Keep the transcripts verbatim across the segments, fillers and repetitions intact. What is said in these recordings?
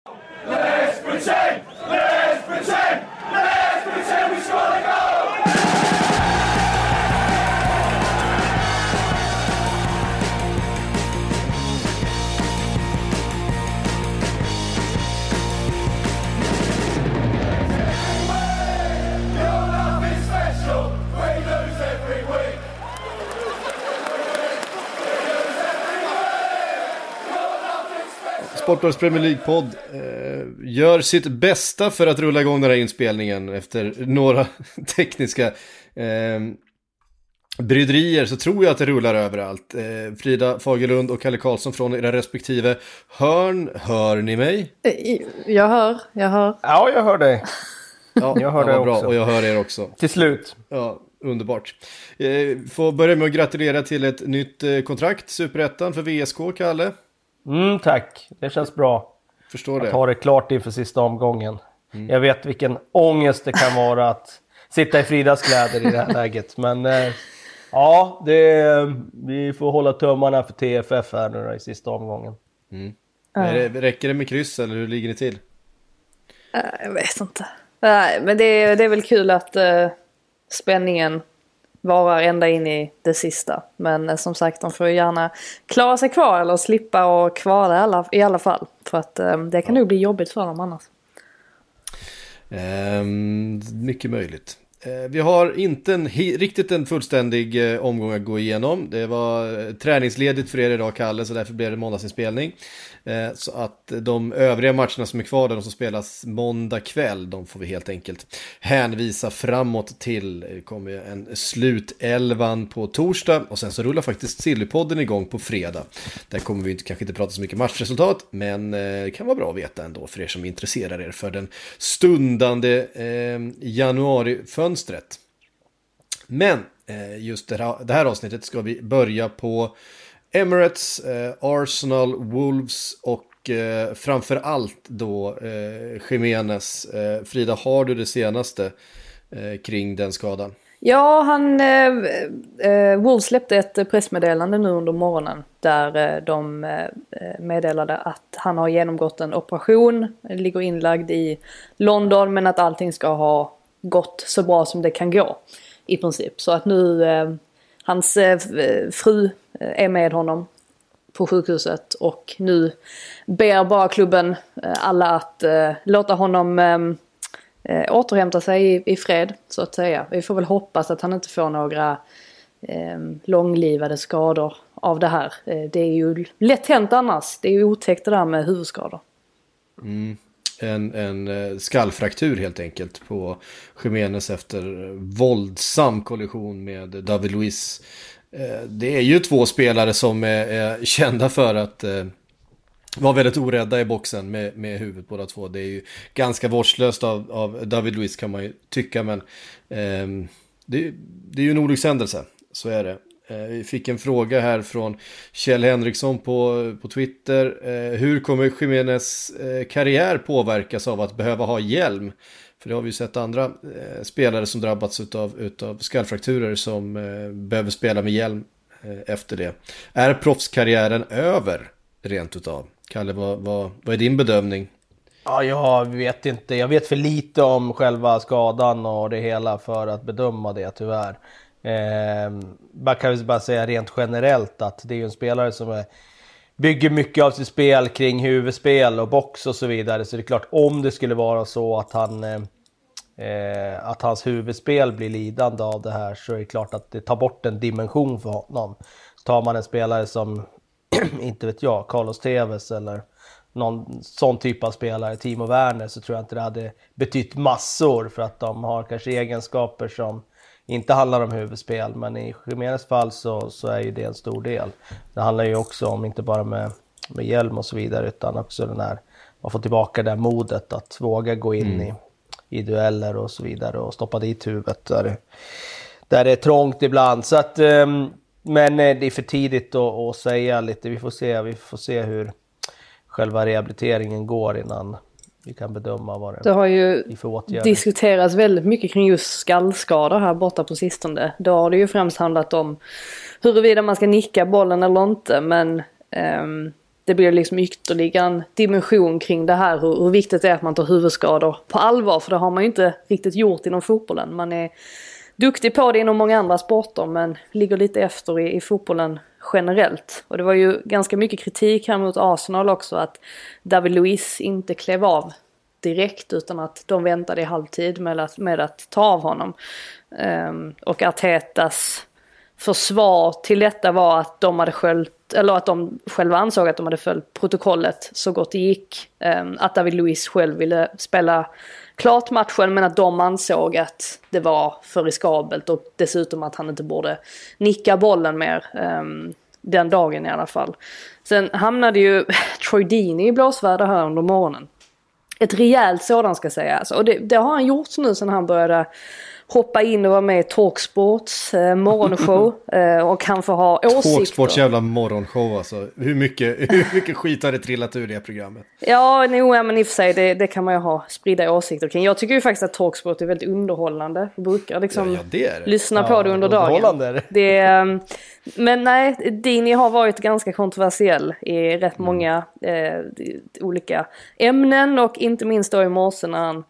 Let's pretend! Let's pretend! Let's pretend we score the goal! You're nothing special. We lose every week. Sportbladets Premier League-podd eh, gör sitt bästa för att rulla igång den här inspelningen efter några tekniska eh, bryderier, så tror jag att det rullar överallt. Eh, Frida Fagerlund och Kalle Karlsson från era respektive hörn. Hör ni mig? Jag hör, jag hör. Ja, jag hör dig. Ja, jag hör dig också. Bra, och jag hör er också. Till slut. Ja, underbart. Eh, får börja med att gratulera till ett nytt eh, kontrakt, Superettan för V S K, Kalle. Mm, tack. Det känns bra. Förstår det. Att ha det klart inför sista omgången. Mm. Jag vet vilken ångest det kan vara att sitta i Fridas kläder i det här läget. Men eh, ja, det, vi får hålla tummarna för T F F här nu då, i sista omgången. Mm. Mm. Det, räcker det med kryss eller hur ligger ni till? Jag vet inte. Nej, men det, det är väl kul att uh, spänningen varar ända in i det sista. Men uh, som sagt, de får ju gärna klara sig kvar eller slippa och kvala i alla, i alla fall. För att uh, det kan ja. nog bli jobbigt för dem annars. Um, mycket möjligt. Uh, vi har inte en, hi- riktigt en fullständig uh, omgång att gå igenom. Det var uh, träningsledigt för er idag, Kalle, så därför blev det måndagsinspelning. Uh, så att de övriga matcherna som är kvar, de som spelas måndag kväll, de får vi helt enkelt hänvisa framåt till. Det kommer en slutelvan på torsdag och sen så rullar faktiskt Sillypodden igång på fredag. Där kommer vi inte, kanske inte prata så mycket matchresultat, men uh, det kan vara bra att veta ändå för er som intresserar er för den stundande uh, januarifönstret. Men eh, just det här, det här avsnittet ska vi börja på Emirates, eh, Arsenal, Wolves och eh, framför allt då eh, Jimenez. Eh, Frida, har du det senaste eh, kring den skadan? Ja, han eh, eh, Wolves släppte ett pressmeddelande nu under morgonen där eh, de eh, meddelade att han har genomgått en operation, ligger inlagd i London, men att allting ska ha gått så bra som det kan gå i princip. Så att nu eh, hans eh, fru är med honom på sjukhuset och nu ber bara klubben eh, alla att eh, låta honom eh, återhämta sig i, i fred, så att säga. Vi får väl hoppas att han inte får några eh, långlivade skador av det här. Eh, det är ju lätt hänt annars. Det är ju otäckt det där med huvudskador. Mm. En, en skallfraktur helt enkelt på Jimenez efter våldsam kollision med David Luiz. Det är ju två spelare som är, är kända för att eh, vara väldigt orädda i boxen med, med huvudet båda två. Det är ju ganska vårdslöst av, av David Luiz kan man ju tycka, men eh, det, det är ju en olyckshändelse, så är det. Vi fick en fråga här från Kjell Henriksson på, på Twitter. Eh, hur kommer Jimenez eh, karriär påverkas av att behöva ha hjälm? För det har vi ju sett andra eh, spelare som drabbats utav, utav skallfrakturer som eh, behöver spela med hjälm eh, efter det. Är proffskarriären över rent utav? Kalle, vad, vad, vad är din bedömning? Ja, jag vet inte. Jag vet för lite om själva skadan och det hela för att bedöma det, tyvärr. Eh, man kan väl bara säga rent generellt att det är ju en spelare som är, bygger mycket av sitt spel kring huvudspel och box och så vidare, så det är klart, om det skulle vara så att han eh, att hans huvudspel blir lidande av det här, så är det klart att det tar bort en dimension för honom. Tar man en spelare som inte vet jag, Carlos Tevez eller någon sån typ av spelare, Timo Werner, så tror jag inte det hade betytt massor, för att de har kanske egenskaper som inte handlar om huvudspel, men i Jimenez fall så, så är ju det en stor del. Det handlar ju också om, inte bara med, med hjälm och så vidare, utan också den här, man får tillbaka det här modet att våga gå in mm. i, i dueller och så vidare och stoppa dit huvudet där det, där det är trångt ibland. Så att, men det är för tidigt att, att säga lite. Vi får se, vi får se hur själva rehabiliteringen går innan vi kan bedöma vad det, det har ju är diskuterats väldigt mycket kring just skallskador här borta på sistone. Då har det ju främst handlat om huruvida man ska nicka bollen eller inte. Men um, det blir liksom ytterligare en dimension kring det här. Hur, hur viktigt det är att man tar huvudskador på allvar. För det har man ju inte riktigt gjort inom fotbollen. Man är duktig på det inom många andra sporter men ligger lite efter i, i fotbollen generellt. Och det var ju ganska mycket kritik här mot Arsenal också att David Luiz inte klev av direkt utan att de väntade i halvtid med att, med att ta av honom. Um, och Artetas försvar till detta var att de hade sköljt, eller att de själva ansåg att de hade följt protokollet så gott det gick. Um, att David Luiz själv ville spela klart matchen men att de ansåg att det var för riskabelt och dessutom att han inte borde nicka bollen mer um, den dagen i alla fall. Sen hamnade ju Troy Deeney i blåsväder här under morgonen. Ett rejält sådant ska jag säga. Alltså, och det, det har han gjort nu sen han började hoppa in och vara med i Talksports eh, morgonshow eh, och kan få ha åsikter. Talksports jävla morgonshow alltså. Hur mycket, hur mycket skit har det trillat ur det programmet? Ja, no, ja, men i och för sig det, det kan man ju ha spridda åsikter kring. Jag tycker ju faktiskt att Talksport är väldigt underhållande. Jag brukar liksom ja, ja, det är det. lyssna ja, på det under dagen. Det, eh, men nej, Dini har varit ganska kontroversiell i rätt många eh, olika ämnen och inte minst då i morse när han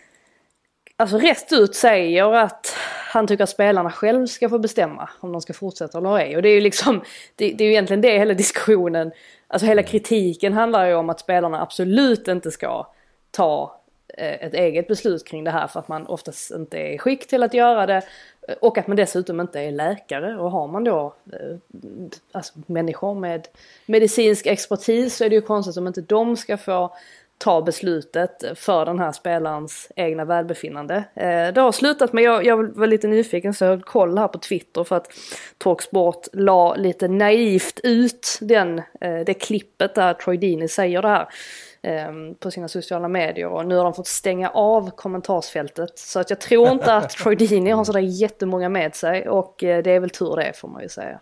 alltså rätt ut säger att han tycker att spelarna själv ska få bestämma om de ska fortsätta eller ej. Och det är ju liksom, det, det är ju egentligen det hela diskussionen, alltså hela kritiken handlar ju om att spelarna absolut inte ska ta eh, ett eget beslut kring det här för att man oftast inte är i skick till att göra det och att man dessutom inte är läkare. Och har man då eh, alltså människor med medicinsk expertis så är det ju konstigt om inte de ska få ta beslutet för den här spelarens egna välbefinnande. Eh, det har slutat med, jag, jag var lite nyfiken så jag kollade här på Twitter för att Talksport la lite naivt ut den, eh, det klippet där Troy Deeney säger det här eh, på sina sociala medier och nu har de fått stänga av kommentarsfältet så att jag tror inte att Troy Deeney har sådär jättemånga med sig och eh, det är väl tur det får man ju säga.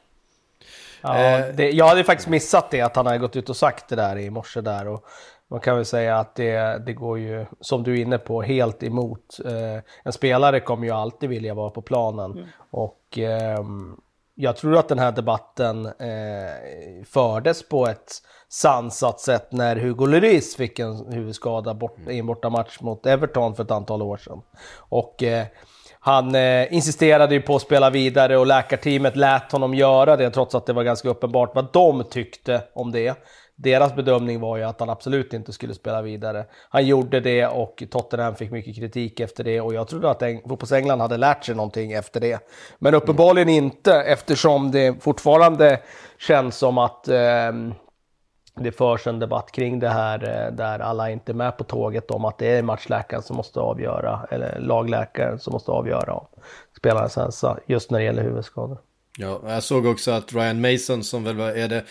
Ja, det, jag hade faktiskt missat det att han hade gått ut och sagt det där i morse där och man kan väl säga att det, det går ju, som du är inne på, helt emot. Eh, en spelare kommer ju alltid vilja vara på planen. Mm. Och eh, jag tror att den här debatten eh, fördes på ett sansat sätt när Hugo Lloris fick en huvudskada bort, i en borta match mot Everton för ett antal år sedan. Och eh, han eh, insisterade ju på att spela vidare och läkarteamet lät honom göra det trots att det var ganska uppenbart vad de tyckte om det. Deras bedömning var ju att han absolut inte skulle spela vidare. Han gjorde det och Tottenham fick mycket kritik efter det. Och jag trodde att Fotbolls England hade lärt sig någonting efter det. Men uppenbarligen inte eftersom det fortfarande känns som att eh, det förs en debatt kring det här. Eh, där alla inte är med på tåget om att det är matchläkaren som måste avgöra. Eller lagläkaren som måste avgöra om spelarens hälsa. Just när det gäller huvudskador. Ja, jag såg också att Ryan Mason som väl är det...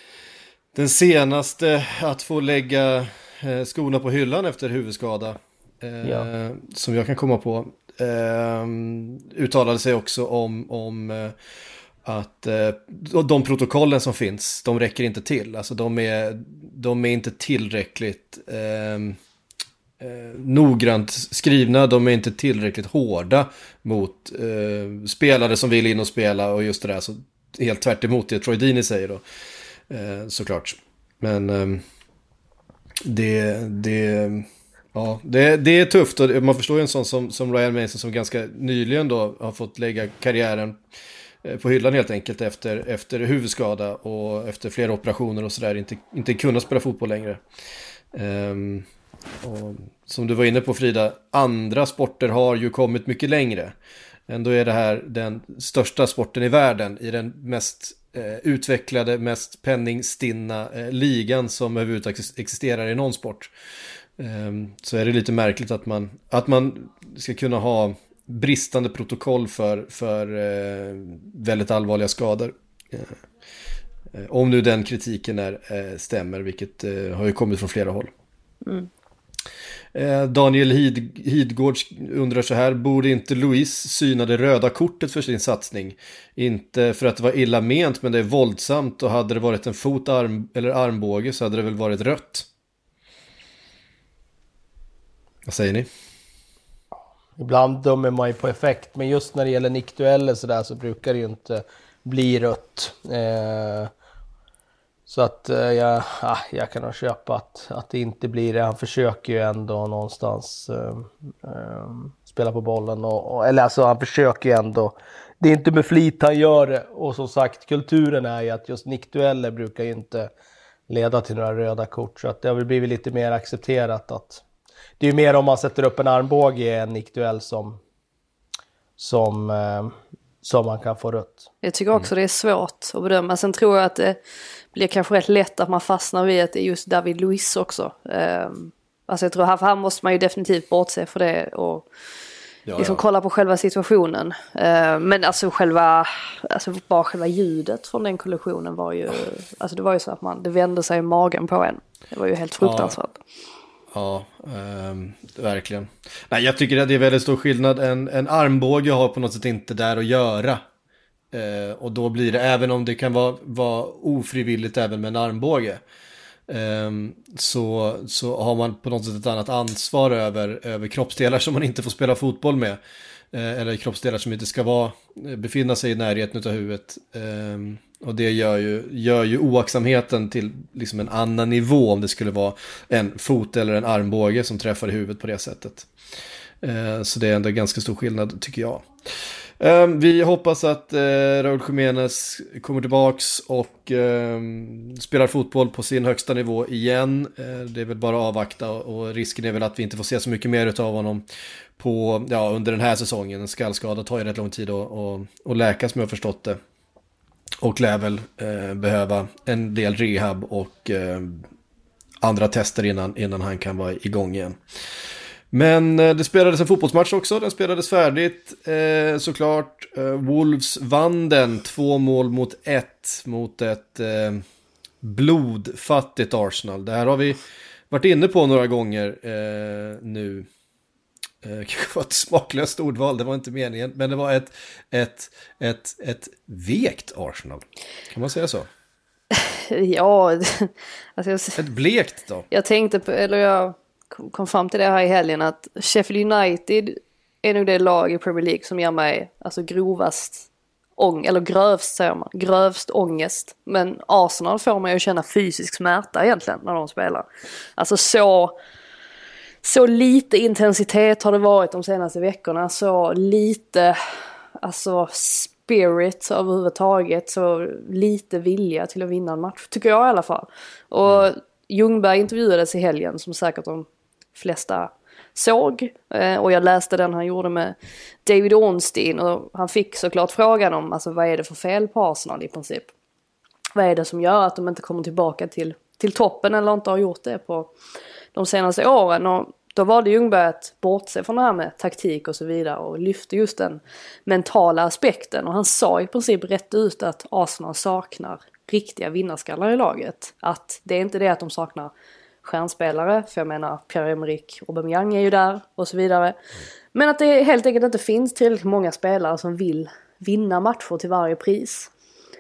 Den senaste att få lägga eh, skorna på hyllan efter huvudskada eh, ja. som jag kan komma på eh, uttalade sig också om, om eh, att eh, de protokollen som finns, de räcker inte till. Alltså de är, de är inte tillräckligt eh, eh, noggrant skrivna, de är inte tillräckligt hårda mot eh, spelare som vill in och spela och just det där, så helt tvärt emot det Troy Deeney säger då. Eh, såklart. Men eh, det, det, ja, det, det är tufft och man förstår ju en sån som, som Ryan Mason som ganska nyligen då har fått lägga karriären eh, på hyllan helt enkelt efter, efter huvudskada och efter flera operationer och sådär inte, inte kunna spela fotboll längre. Eh, och som du var inne på Frida, andra sporter har ju kommit mycket längre. Ändå är det här den största sporten i världen i den mest utvecklade, mest penningstinna eh, ligan som överhuvudtaget existerar i någon sport. Eh, så är det lite märkligt att man, att man ska kunna ha bristande protokoll för, för eh, väldigt allvarliga skador. Eh, om nu den kritiken är, eh, stämmer, vilket eh, har ju kommit från flera håll. Mm. Daniel Hid- Hidgård undrar så här: borde inte Luiz syna det röda kortet för sin satsning? Inte för att det var illa ment, men det är våldsamt och hade det varit en fot arm, eller armbåge så hade det väl varit rött. Vad säger ni? Ibland dömer man ju på effekt, men just när det gäller nickdueller så där så brukar det ju inte bli rött. Eh... Så att eh, jag, ah, jag kan nog köpa att, att det inte blir det. Han försöker ju ändå någonstans eh, eh, spela på bollen. Och, och, eller alltså han försöker ju ändå. Det är inte med flit han gör det. Och som sagt, kulturen är ju att just nickdueller brukar ju inte leda till några röda kort. Så att det har väl blivit lite mer accepterat att det är ju mer om man sätter upp en armbåge i en nickduell som, som, eh, som man kan få rött. Jag tycker också mm. det är svårt att bedöma. Sen tror jag att det blir kanske rätt lätt att man fastnar vid att det är just David Luiz också. Um, alltså jag tror här, för här måste man ju definitivt bortse för det och ja, liksom ja. kolla på själva situationen. Uh, men alltså själva, alltså bara själva ljudet från den kollisionen var ju, alltså det var ju så att man, det vände sig i magen på en. Det var ju helt fruktansvärt. Ja. Ja, um, verkligen. Nej, jag tycker att det är väldigt stor skillnad. En, en armbåge har på något sätt inte där att göra. Uh, och då blir det, även om det kan vara, vara ofrivilligt även med en armbåge. Um, så, så har man på något sätt ett annat ansvar över, över kroppsdelar som man inte får spela fotboll med. Uh, eller kroppsdelar som inte ska vara, befinna sig i närheten av huvudet. Um, Och det gör ju, gör ju oaktsamheten till liksom en annan nivå om det skulle vara en fot eller en armbåge som träffar i huvudet på det sättet. Eh, så det är ändå ganska stor skillnad tycker jag. Eh, vi hoppas att eh, Raúl Jiménez kommer tillbaks och eh, spelar fotboll på sin högsta nivå igen. Eh, det är väl bara att avvakta och risken är väl att vi inte får se så mycket mer av honom på, ja, under den här säsongen. En skallskada tar ju rätt lång tid att, att, att läka som jag har förstått det. Och lär väl eh, behöva en del rehab och eh, andra tester innan, innan han kan vara igång igen. Men eh, det spelades en fotbollsmatch också. Den spelades färdigt eh, såklart. Eh, Wolves vann den två mål mot ett mot ett eh, blodfattigt Arsenal. Det här har vi varit inne på några gånger eh, nu. Det var ett smaklöst ordval, det var inte meningen. Men det var ett, ett, ett, ett vekt Arsenal. Kan man säga så? Ja, alltså jag, ett blekt då? Jag tänkte på, eller jag kom fram till det här i helgen, att Sheffield United är nog det lag i Premier League som ger mig alltså grovast ång, eller grövst säger man, grövst ångest. Men Arsenal får man ju känna fysisk smärta egentligen när de spelar. Alltså så... Så lite intensitet har det varit de senaste veckorna. Så lite alltså spirit överhuvudtaget. Så lite vilja till att vinna en match. Tycker jag i alla fall. Och mm. Ljungberg intervjuades i helgen som säkert de flesta såg. Och jag läste den han gjorde med David Ornstein. Och han fick såklart frågan om alltså, vad är det för fel på Arsenal i princip. Vad är det som gör att de inte kommer tillbaka till, till toppen eller inte har gjort det på de senaste åren. Och då valde Ljungberg att bortse från det här med taktik och så vidare och lyfte just den mentala aspekten. Och han sa i princip rätt ut att Arsenal saknar riktiga vinnarskallar i laget. Att det är inte det att de saknar stjärnspelare, för jag menar Pierre-Emerick Aubameyang är ju där och så vidare. Men att det helt enkelt inte finns tillräckligt många spelare som vill vinna matcher till varje pris.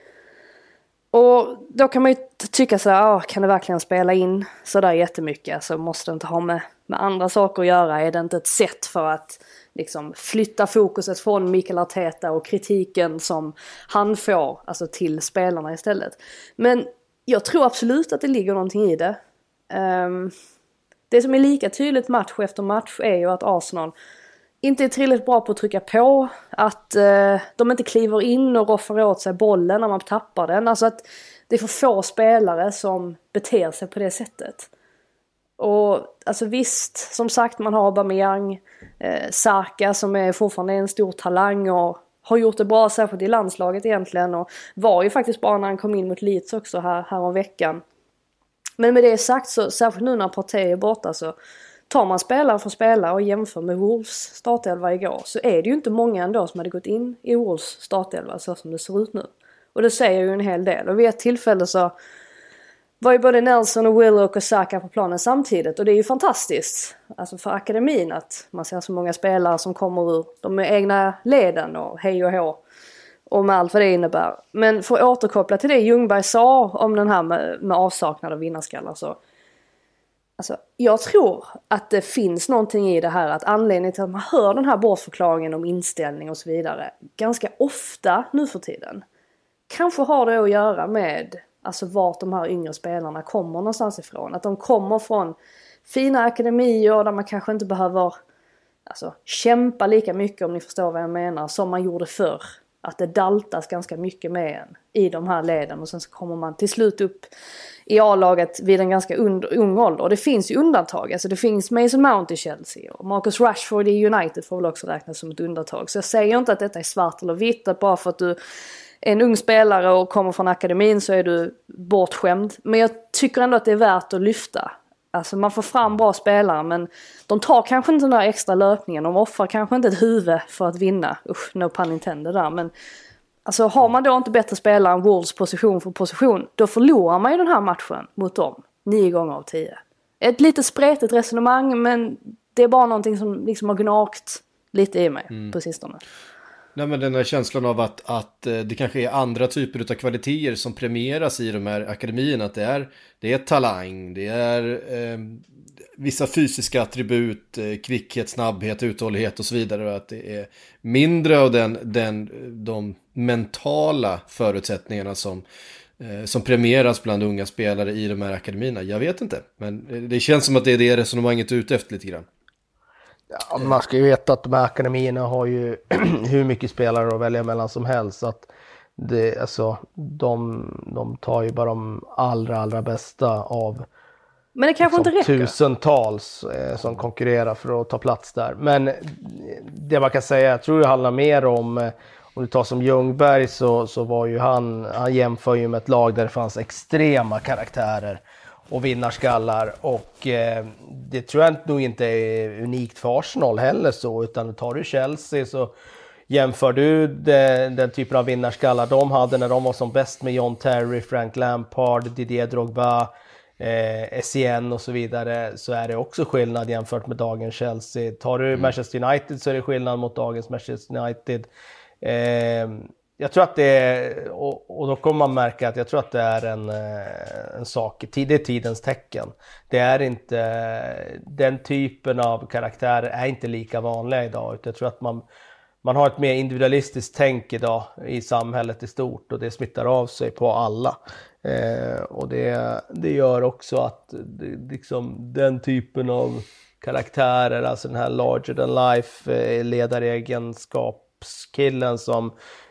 Och då kan man ju tycka så här, ah, kan det verkligen spela in så där jättemycket? Alltså måste det inte ha med, med andra saker att göra? Är det inte ett sätt för att liksom flytta fokuset från Mikel Arteta och kritiken som han får alltså till spelarna istället? Men jag tror absolut att det ligger någonting i det. Um, det som är lika tydligt match efter match är ju att Arsenal inte är tillräckligt bra på att trycka på. Att uh, de inte kliver in och roffar åt sig bollen när man tappar den. Alltså att det är för få spelare som beter sig på det sättet. Och alltså visst, som sagt, man har Aubameyang, eh, Saka som är fortfarande en stor talang och har gjort det bra särskilt i landslaget egentligen. Och var ju faktiskt bra när han kom in mot Leeds också här, här om veckan. Men med det sagt så, särskilt nu när Partey är borta, så tar man spelare för spelare och jämför med Wolves startelva igår, så är det ju inte många ändå som hade gått in i Wolves startelva så som det ser ut nu. Och det säger ju en hel del. Och vid ett tillfälle så var ju både Nelson och Willock och Saka på planen samtidigt. Och det är ju fantastiskt alltså för akademin att man ser så många spelare som kommer ur de egna leden och hej och hå. Och med allt vad det innebär. Men för att återkoppla till det Ljungberg sa om den här med, med avsaknad av vinnarskallar, så alltså, jag tror att det finns någonting i det här, att anledningen till att man hör den här bortförklaringen om inställning och så vidare ganska ofta nu för tiden kanske har det att göra med alltså vart de här yngre spelarna kommer någonstans ifrån. Att de kommer från fina akademier där man kanske inte behöver alltså, kämpa lika mycket, om ni förstår vad jag menar, som man gjorde förr. Att det daltas ganska mycket med en i de här leden och sen så kommer man till slut upp i A-laget vid en ganska ung ålder. Och det finns ju undantag. Alltså det finns Mason Mount i Chelsea och Marcus Rashford i United får väl också räknas som ett undantag. Så jag säger inte att detta är svart eller vitt, att bara för att du är en ung spelare och kommer från akademin så är du bortskämd. Men jag tycker ändå att det är värt att lyfta. Alltså man får fram bra spelare, men de tar kanske inte den där extra löpningen. De offrar kanske inte ett huvud för att vinna. Usch, no pun intended där. Men alltså har man då inte bättre spelare än Wolves position för position, då förlorar man ju den här matchen mot dem. Nio gånger av tio. Ett lite spretigt resonemang, men det är bara någonting som liksom har gnagt lite i mig mm. på sistone. Nej, men den här känslan av att, att det kanske är andra typer av kvaliteter som premieras i de här akademierna. Att det är, det är talang, det är eh, vissa fysiska attribut, eh, kvickhet, snabbhet, uthållighet och så vidare. Och att det är mindre av den, den, de mentala förutsättningarna som, eh, som premieras bland unga spelare i de här akademierna. Jag vet inte, men det känns som att det är det resonemanget ute efter lite grann. Ja, man ska ju veta att de här akademierna har ju hur mycket spelare att välja mellan som helst. Så att det, alltså, de, de tar ju bara de allra, allra bästa av men det kanske liksom, inte räcker. tusentals eh, som konkurrerar för att ta plats där. Men det man kan säga, jag tror det handlar mer om, eh, om du tar som Ljungberg så, så var ju han, han jämför ju med ett lag där det fanns extrema karaktärer och vinnarskallar, och eh, det tror jag nog inte är unikt för Arsenal heller så, utan tar du Chelsea så jämför du det, den typen av vinnarskallar de hade när de var som bäst med John Terry, Frank Lampard, Didier Drogba, eh, S C N och så vidare, så är det också skillnad jämfört med dagens Chelsea. Tar du mm. Manchester United så är det skillnad mot dagens Manchester United. Eh, Jag tror att det är, och, och då kommer man märka att jag tror att det är en, en sak, det är tidens tecken. Det är inte, den typen av karaktärer är inte lika vanliga idag, utan jag tror att man, man har ett mer individualistiskt tänk idag i samhället i stort, och det smittar av sig på alla. Eh, och det, det gör också att det, liksom, den typen av karaktärer, alltså den här larger than life eh, ledaregenskapskillen som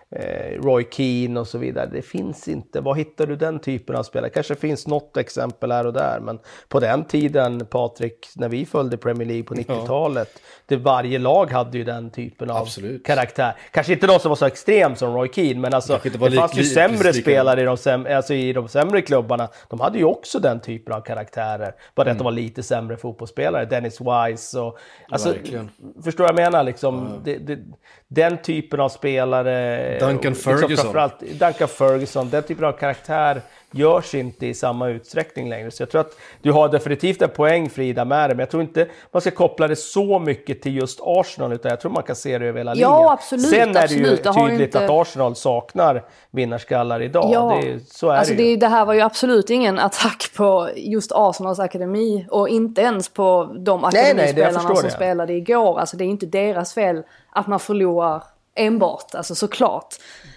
Roy Keane och så vidare, det finns inte. Vad hittar du den typen av spelare? Kanske finns något exempel här och där, men på den tiden, Patrik, när vi följde Premier League på nittiotalet, ja. det varje lag hade ju den typen av Absolut. karaktär. Kanske inte de som var så extrem som Roy Keane, men alltså det, det fanns ju sämre spelare i de, säm- alltså i de sämre klubbarna. De hade ju också den typen av karaktärer, bara mm. att de var lite sämre fotbollsspelare. Dennis Wise och alltså, förstår jag menar liksom, ja. det, det, den typen av spelare, Duncan Ferguson. Liksom Duncan Ferguson, den typen av karaktär görs inte i samma utsträckning längre. Så jag tror att du har definitivt en poäng, Frida, med det. Men jag tror inte man ska koppla det så mycket till just Arsenal, utan jag tror man kan se det över hela linjen. Ja, absolut. Sen är absolut. det ju det tydligt inte... att Arsenal saknar vinnarskallar idag. Ja, det är, så är alltså det ju. Det, det här var ju absolut ingen attack på just Arsenals akademi, och inte ens på de akademispelarna som det. spelade igår. Alltså det är inte deras fel att man förlorar enbart, alltså såklart.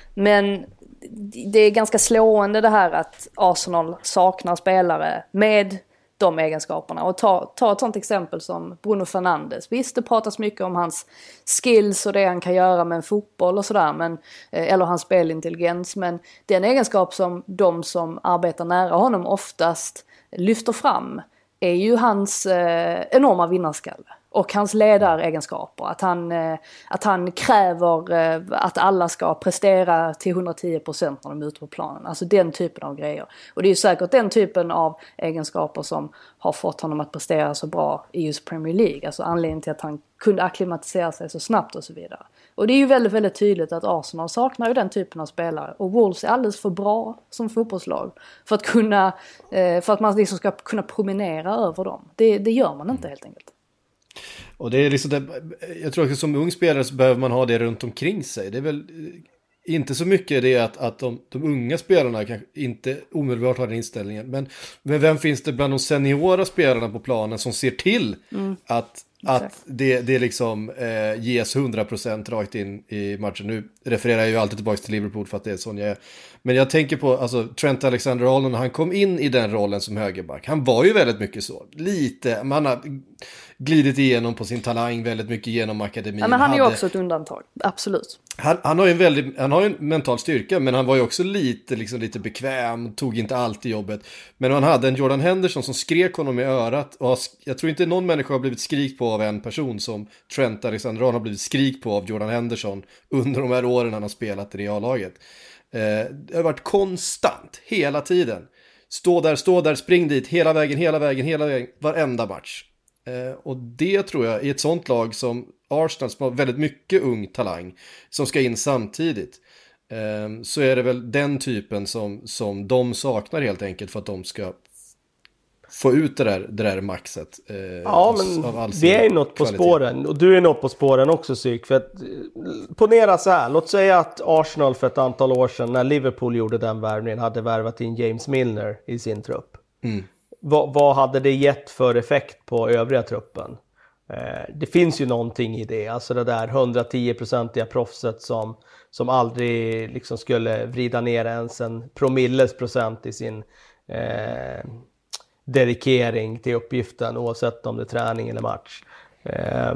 Men det är ganska slående det här att Arsenal saknar spelare med de egenskaperna. Och ta, ta ett sånt exempel som Bruno Fernandes. Visst, det pratas mycket om hans skills och det han kan göra med en fotboll och sådär, men, eller hans spelintelligens. Men det är en egenskap som de som arbetar nära honom oftast lyfter fram är ju hans eh, enorma vinnarskalle. Och hans ledaregenskaper, att han, att han kräver att alla ska prestera till hundratio procent när de är ute på planen. Alltså den typen av grejer. Och det är ju säkert den typen av egenskaper som har fått honom att prestera så bra i just Premier League. Alltså anledningen till att han kunde akklimatisera sig så snabbt och så vidare. Och det är ju väldigt, väldigt tydligt att Arsenal saknar ju den typen av spelare. Och Wolves är alldeles för bra som fotbollslag för att, kunna, för att man liksom ska kunna promenera över dem. Det, det gör man inte helt enkelt. Och det är liksom det, jag tror att som ung spelare så behöver man ha det runt omkring sig. Det är väl inte så mycket det att, att de, de unga spelarna kanske inte omedelbart har den inställningen. Men, men vem finns det bland de seniora spelarna på planen som ser till mm. att, Att det, det liksom eh, ges hundra procent rakt in i matchen. Nu refererar jag ju alltid tillbaka till Liverpool för att det är sån jag är. Men jag tänker på alltså, Trent Alexander-Arnold när han kom in i den rollen som högerback. Han var ju väldigt mycket så. Lite, man har glidit igenom på sin talang väldigt mycket genom akademin. Ja, men han är ju hade... också ett undantag, absolut. Han, han har ju en väldigt, han har ju en mental styrka, men han var ju också lite, liksom, lite bekväm, tog inte alltid jobbet. Men han hade en Jordan Henderson som skrek honom i örat. Och jag tror inte någon människa har blivit skrik på av en person som Trent Alexander-Arnold har blivit skrik på av Jordan Henderson under de här åren han har spelat i Real-laget. Eh, det har varit konstant, hela tiden. Stå där, stå där, spring dit, hela vägen, hela vägen, hela vägen, varenda match. Eh, och det tror jag, i ett sånt lag som Arsenal som har väldigt mycket ung talang som ska in samtidigt, eh, så är det väl den typen som, som de saknar helt enkelt för att de ska få ut det där, det där maxet. Eh, ja, men av all vi är ju något på kvalitet. spåren och du är något på spåren också, Psyk. För att, ponera så här, låt säga att Arsenal för ett antal år sedan när Liverpool gjorde den värvningen hade värvat in James Milner i sin trupp. Mm. Vad, vad hade det gett för effekt på övriga truppen? Eh, det finns ju någonting i det, alltså det där hundratio procentiga proffset som, som aldrig liksom skulle vrida ner ens en promilles procent i sin eh, dedikering till uppgiften, oavsett om det är träning eller match. Eh,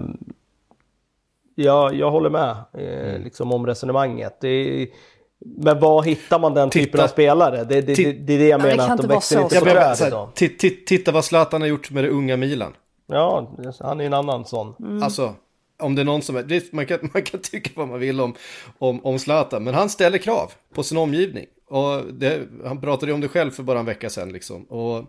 ja, jag håller med eh, mm. liksom om resonemanget. Det är, men var hittar man den titta, typen av spelare? Det, det, det, det är det jag menar, det att de växer inte på träd idag. Titta vad Zlatan har gjort med det unga Milan. Ja, han är en annan sån. Mm. Alltså, om det är någon som är... Det, man, kan, man kan tycka vad man vill om, om, om Zlatan, men han ställer krav på sin omgivning. Och det, han pratade ju om det själv för bara en vecka sedan. Liksom. Och...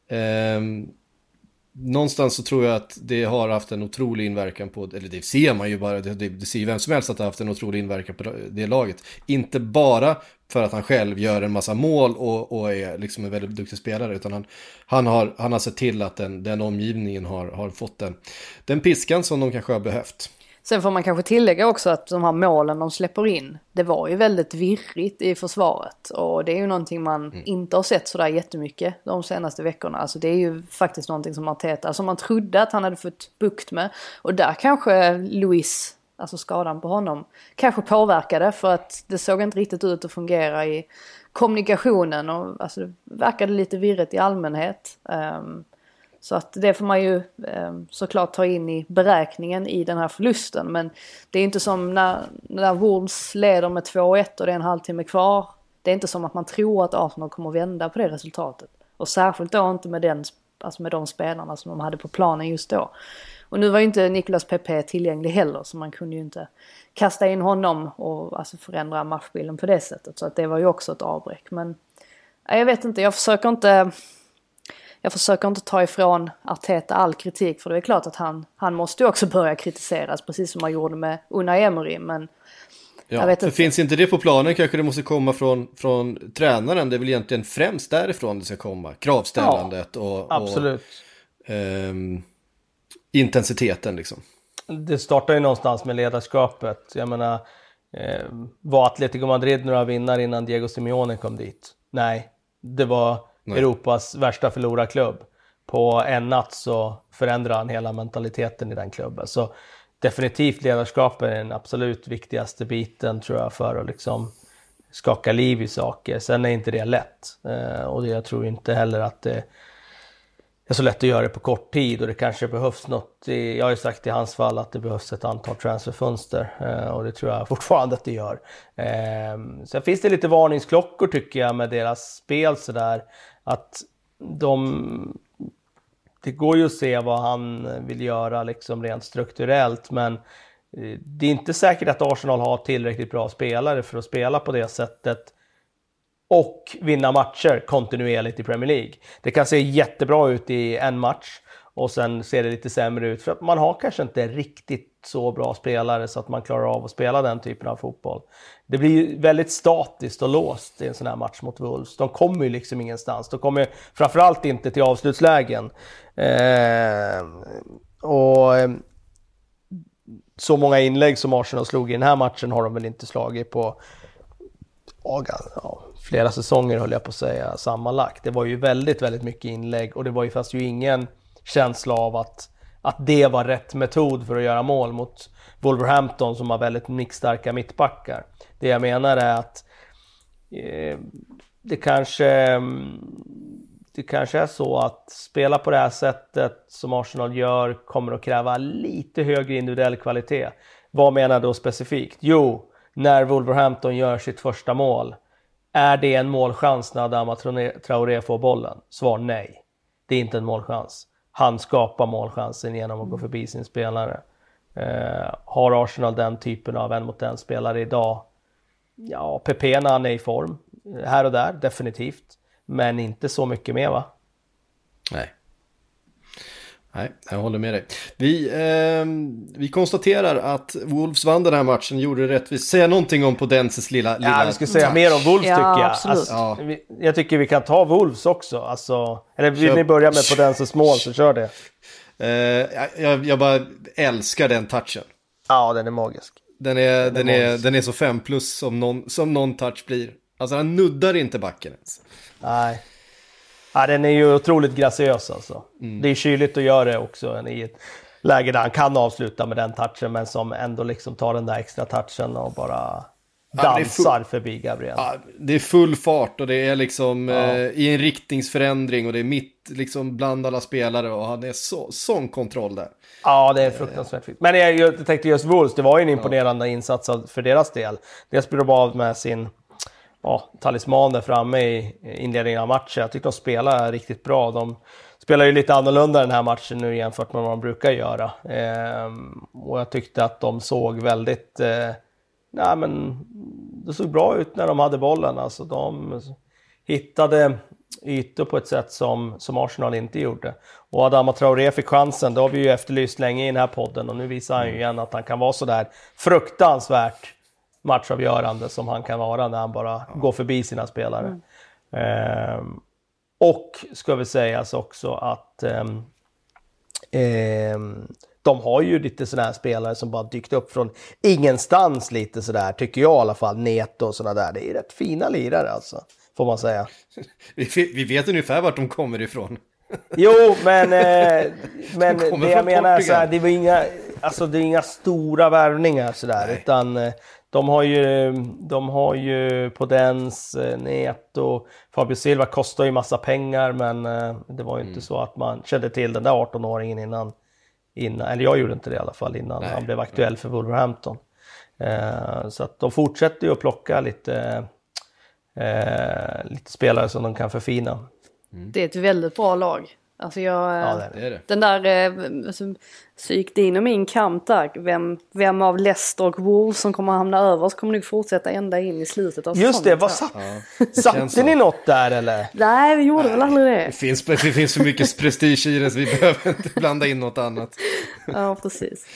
Ehm, någonstans så tror jag att det har haft en otrolig inverkan på, eller det ser man ju bara, det, det ser ju vem som helst att det har haft en otrolig inverkan på det laget. Inte bara för att han själv gör en massa mål och, och är liksom en väldigt duktig spelare, utan han, han, har, han har sett till att den, den omgivningen har, har fått den, den piskan som de kanske har behövt. Sen får man kanske tillägga också att de här målen de släpper in, det var ju väldigt virrigt i försvaret. Och det är ju någonting man mm. inte har sett sådär jättemycket de senaste veckorna. Alltså det är ju faktiskt någonting som Arteta, som man trodde att han hade fått bukt med. Och där kanske Luis, alltså skadan på honom, kanske påverkade, för att det såg inte riktigt ut att fungera i kommunikationen. Och alltså det verkade lite virrigt i allmänhet. Um, Så att det får man ju eh, såklart ta in i beräkningen i den här förlusten. Men det är inte som när, när Wolves leder med två ett och det är en halvtimme kvar. Det är inte som att man tror att Arsenal kommer att vända på det resultatet. Och särskilt då inte med, den, alltså med de spelarna som de hade på planen just då. Och nu var ju inte Nicolas Pepe tillgänglig heller, så man kunde ju inte kasta in honom och alltså förändra matchbilden på det sättet. Så att det var ju också ett avbräck. Men jag vet inte, jag försöker inte... Jag försöker inte ta ifrån Arteta all kritik, för det är klart att han, han måste ju också börja kritiseras, precis som han gjorde med Unai Emery, men ja, jag vet för inte. Finns inte det på planen kanske det måste komma från, från tränaren, det är väl egentligen främst därifrån det ska komma, kravställandet ja, och, absolut. och um, intensiteten liksom. Det startar ju någonstans med ledarskapet, jag menar, eh, var Atletico Madrid några vinnare innan Diego Simeone kom dit? Nej, det var Nej. Europas värsta förlorarklubb. På en natt så förändrar han hela mentaliteten i den klubben. Så definitivt ledarskap är den absolut viktigaste biten, tror jag, för att liksom skaka liv i saker. Sen är inte det lätt. Eh, och jag tror inte heller att det är så lätt att göra det på kort tid. Och det kanske behövs något. Jag har ju sagt i hans fall att det behövs ett antal transferfönster. Eh, och det tror jag fortfarande att det gör. Eh, sen finns det lite varningsklockor, tycker jag, med deras spel sådär. Att de... Det går ju att se vad han vill göra liksom rent strukturellt, men det är inte säkert att Arsenal har tillräckligt bra spelare för att spela på det sättet och vinna matcher kontinuerligt i Premier League. Det kan se jättebra ut i en match och sen ser det lite sämre ut för att man har kanske inte riktigt så bra spelare så att man klarar av att spela den typen av fotboll. Det blir väldigt statiskt och låst i en sån här match mot Wolves. De kommer ju liksom ingenstans. De kommer framförallt inte till avslutslägen. Eh, och eh, så många inlägg som Arsenal slog i den här matchen har de väl inte slagit på ja, flera säsonger, höll jag på att säga, sammanlagt. Det var ju väldigt, väldigt mycket inlägg och det var ju fast ju ingen känsla av att att det var rätt metod för att göra mål mot Wolverhampton som har väldigt mixstarka mittbackar. Det jag menar är att eh, det kanske det kanske är så att spela på det här sättet som Arsenal gör kommer att kräva lite högre individuell kvalitet. Vad menar jag då specifikt? Jo, när Wolverhampton gör sitt första mål, är det en målchans när Adama Traoré får bollen? Svar nej. Det är inte en målchans. Han skapar målchansen genom att gå förbi sin spelare. Eh, har Arsenal den typen av en mot en spelare idag? Ja, Pepe när han är i form. Här och där, definitivt. Men inte så mycket mer, va? Nej. Nej, jag håller med dig. Vi, eh, vi konstaterar att Wolves vann den här matchen, gjorde det rättvist. Säga någonting om Podenses lilla... lilla ja, vi ska säga mer om Wolves ja, tycker jag. Absolut. Alltså, ja. vi, jag tycker vi kan ta Wolves också. Alltså, eller vill Kör. ni börja med Podenses mål så kör det. Eh, jag, jag bara älskar den touchen. Ja, den är magisk. Den är, Den den är är, magisk. den är så fem plus som någon, som någon touch blir. Alltså han nuddar inte backen ens. Nej. Ja, den är ju otroligt graciös alltså. Mm. Det är kyligt att göra det också i ett läge där han kan avsluta med den touchen men som ändå liksom tar den där extra touchen och bara dansar ja, förbi Gabriel. Ja, det är full fart och det är liksom ja. eh, i en riktningsförändring och det är mitt liksom bland alla spelare och han är så, sån kontroll där. Ja, det är fruktansvärt fint. Men jag, jag tänkte just Wolves, det var ju en imponerande ja. insats för deras del. Dels blir de av med sin ja, talisman där framme i inledningen av matchen. Jag tycker de spelar riktigt bra. De spelar ju lite annorlunda den här matchen nu jämfört med vad de brukar göra. Ehm, och jag tyckte att de såg väldigt... Eh, nej, men det såg bra ut när de hade bollen. Alltså de hittade ytor på ett sätt som, som Arsenal inte gjorde. Och Adama Traoré fick chansen. Det har vi ju efterlyst länge i den här podden. Och nu visar han ju igen att han kan vara så där fruktansvärt matchavgörande som han kan vara när han bara ja. går förbi sina spelare. Mm. Ehm, och ska vi säga också att ehm, ehm, de har ju lite sådana här spelare som bara dykt upp från ingenstans lite sådär, tycker jag i alla fall. Neto och sådana där. Det är rätt fina lirare alltså, får man säga. vi, vi vet ungefär vart de kommer ifrån. Jo, men, eh, men de det jag menar är så här, det var inga, alltså det är inga stora värvningar sådär, utan eh, de har ju, de har ju Podens, Neto, Fabio Silva kostar ju massa pengar, men eh, det var ju mm. inte så att man kände till den där arton-åringen innan, innan, eller jag gjorde inte det i alla fall innan Nej. han blev aktuell Nej. för Wolverhampton. Eh, så att de fortsätter ju att plocka lite, eh, lite spelare som de kan förfina. Mm. Det är ett väldigt bra lag. Alltså jag, ja, det är det. Den där alltså, psyk din och min kamp där, vem, vem av Leicester och Wolves som kommer att hamna över så kommer nog fortsätta ända in i slutet av Just det, vad satt, ja, satte ni något där eller? Nej, vi gjorde Nej. väl aldrig det. Det finns, det finns så mycket prestige i det så vi behöver inte blanda in något annat. Ja, precis.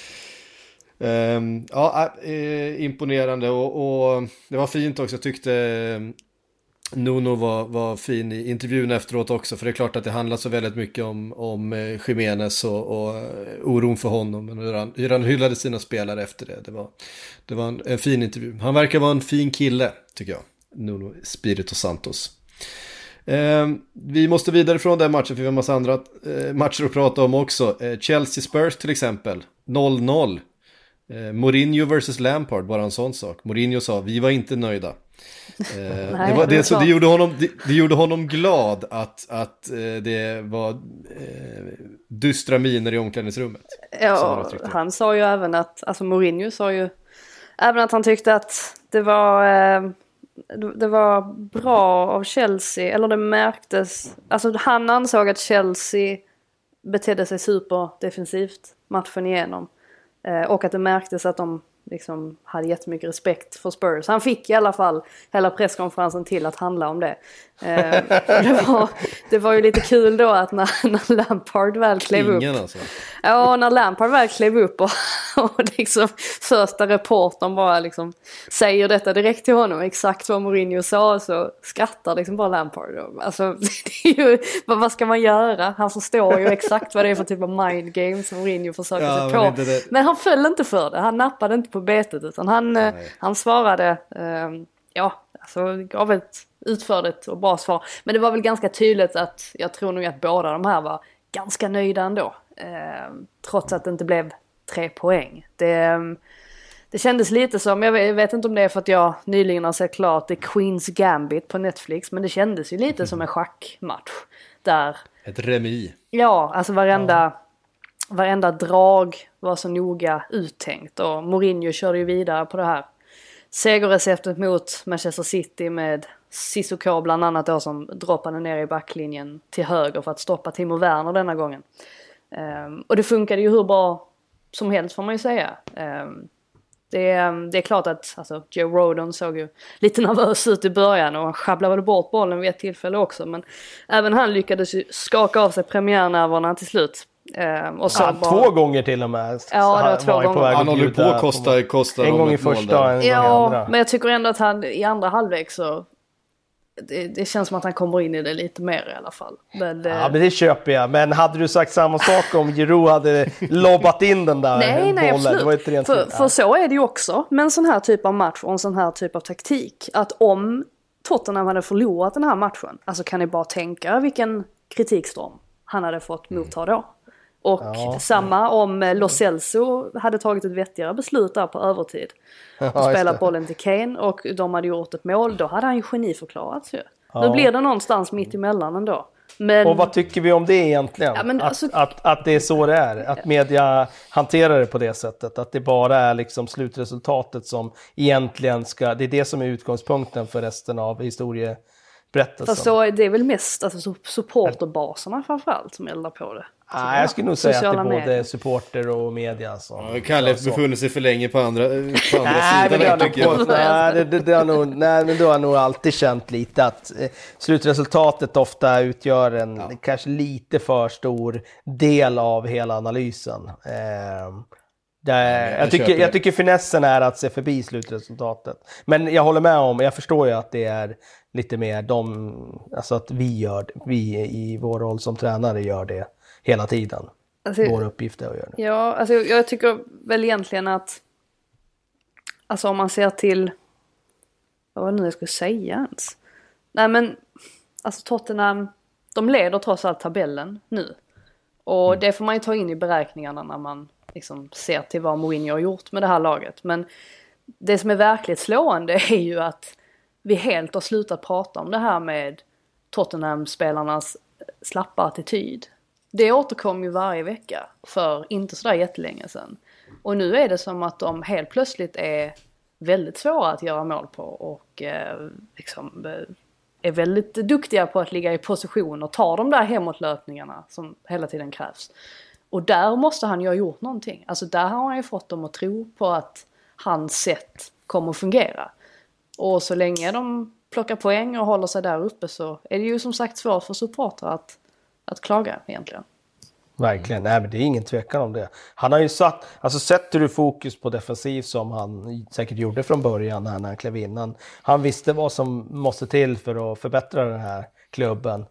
Um, ja, äh, imponerande och, och det var fint också, jag tyckte Nuno var, var fin i intervjun efteråt också, för det är klart att det handlar så väldigt mycket om, om Jiménez och, och oron för honom, men hur han, hur han hyllade sina spelare efter det. Det var, det var en, en fin intervju. Han verkar vara en fin kille, tycker jag. Nuno Espirito Santos. Eh, vi måste vidare från den matchen, för vi har en massa andra eh, matcher att prata om också. Eh, Chelsea Spurs till exempel, noll noll. Eh, Mourinho versus Lampard, bara en sån sak. Mourinho sa, vi var inte nöjda. Eh, Nej, det, var, det, så det, gjorde honom, det, det gjorde honom glad att, att eh, det var eh, dystra miner i omklädningsrummet. Ja, han, han sa ju även att, alltså Mourinho sa ju även att han tyckte att det var eh, det var bra av Chelsea, eller det märktes, alltså han ansåg att Chelsea betedde sig superdefensivt matchen igenom, eh, och att det märktes att de liksom hade jättemycket respekt för Spurs. Han fick i alla fall hela presskonferensen till att handla om det. Eh, det, var, det var ju lite kul då att när, när Lampard väl klev Ingen upp. Alltså. Ja, när Lampard väl klev upp och, och liksom första reportern bara liksom säger detta direkt till honom, exakt vad Mourinho sa, så skrattar liksom bara Lampard. Alltså, det är ju, vad, vad ska man göra? Han förstår ju exakt vad det är för typ av mind game som Mourinho försöker ja, sig på. Men, det... men han föll inte för det. Han nappade inte på betet, utan han, han svarade eh, ja, alltså gav ett utförligt och bra svar. Men det var väl ganska tydligt att jag tror nog att båda de här var ganska nöjda ändå. Eh, trots att det inte blev tre poäng. Det, det kändes lite som, jag vet, jag vet inte om det är för att jag nyligen har sett klart The Queen's Gambit på Netflix, men det kändes ju lite mm. som en schackmatch. Där, ett remis. Ja, alltså varenda, ja. varenda drag var så noga uttänkt och Mourinho körde ju vidare på det här segerreceptet mot Manchester City med Sissoko bland annat då, som droppade ner i backlinjen till höger för att stoppa Timo Werner denna gången. Um, och det funkade ju hur bra som helst får man ju säga. Um, det, det är klart att alltså, Joe Rodon såg ju lite nervös ut i början och han sjabblade bort bollen vid ett tillfälle också. Men även han lyckades ju skaka av sig premiärnerverna till slut. Um, och så ja, bara... Två gånger till och med. Ja, det var två var gånger. Han håller på att kosta, kosta en gång i första och en ja, gång i andra. Men jag tycker ändå att han i andra halvlek så det, det känns som att han kommer in i det lite mer i alla fall. Men det... Ja, men det köper jag. Men hade du sagt samma sak om Giroud hade lobbat in den där nej, bollen? nej, absolut. Det var inte rent för, för så är det ju också med en sån här typ av match och en sån här typ av taktik. Att om Tottenham hade förlorat den här matchen, alltså kan ni bara tänka vilken kritikstorm han hade fått motta då. Och ja, samma om Lo Celso hade tagit ett vettigare beslut där på övertid. Och ja, spelat bollen till Kane och de hade gjort ett mål. Då hade han ju geniförklarats ju. Ja. Nu blir det någonstans mitt emellan ändå. Men... Och vad tycker vi om det egentligen? Ja, men alltså... att, att, att det är så det är. Att media hanterar det på det sättet. Att det bara är liksom slutresultatet som egentligen ska... Det är det som är utgångspunkten för resten av historie. Fast så det är väl mest alltså, supporterbaserna framförallt som eldar på det. Nej, ah, jag skulle nog säga att det är både medier. Supporter och media. Så. Ja, Kalle har befunnit sig för länge på andra, på andra nej, sidan. Men det på, nej, det, det, det har nog, nej, men då har jag nog alltid känt lite att eh, slutresultatet ofta utgör en ja. kanske lite för stor del av hela analysen. Eh, Det, jag, jag, tycker, jag tycker finessen är att se förbi slutresultatet. Men jag håller med om, jag förstår ju att det är lite mer de, alltså att vi gör vi i vår roll som tränare gör det hela tiden. Alltså, vår uppgift är att göra det. Ja, alltså jag tycker väl egentligen att alltså om man ser till vad var det nu jag skulle säga ens? Nej men alltså Tottenham, de leder trots allt tabellen nu. Och mm. det får man ju ta in i beräkningarna när man liksom ser till vad Mourinho har gjort med det här laget. Men det som är verkligt slående är ju att vi helt har slutat prata om det här med Tottenham-spelarnas slappa attityd. Det återkom ju varje vecka för inte sådär jättelänge sedan. Och nu är det som att de helt plötsligt är väldigt svåra att göra mål på och eh, liksom eh, är väldigt duktiga på att ligga i position och ta de där hemåtlöpningarna som hela tiden krävs. Och där måste han ju ha gjort någonting. Alltså där har han ju fått dem att tro på att hans sätt kommer att fungera. Och så länge de plockar poäng och håller sig där uppe så är det ju som sagt svårt för supportrar att, att klaga egentligen. Verkligen, nej men det är ingen tvekan om det. Han har ju satt, alltså sätter du fokus på defensiv som han säkert gjorde från början när han klev in. Han, han visste vad som måste till för att förbättra den här klubben.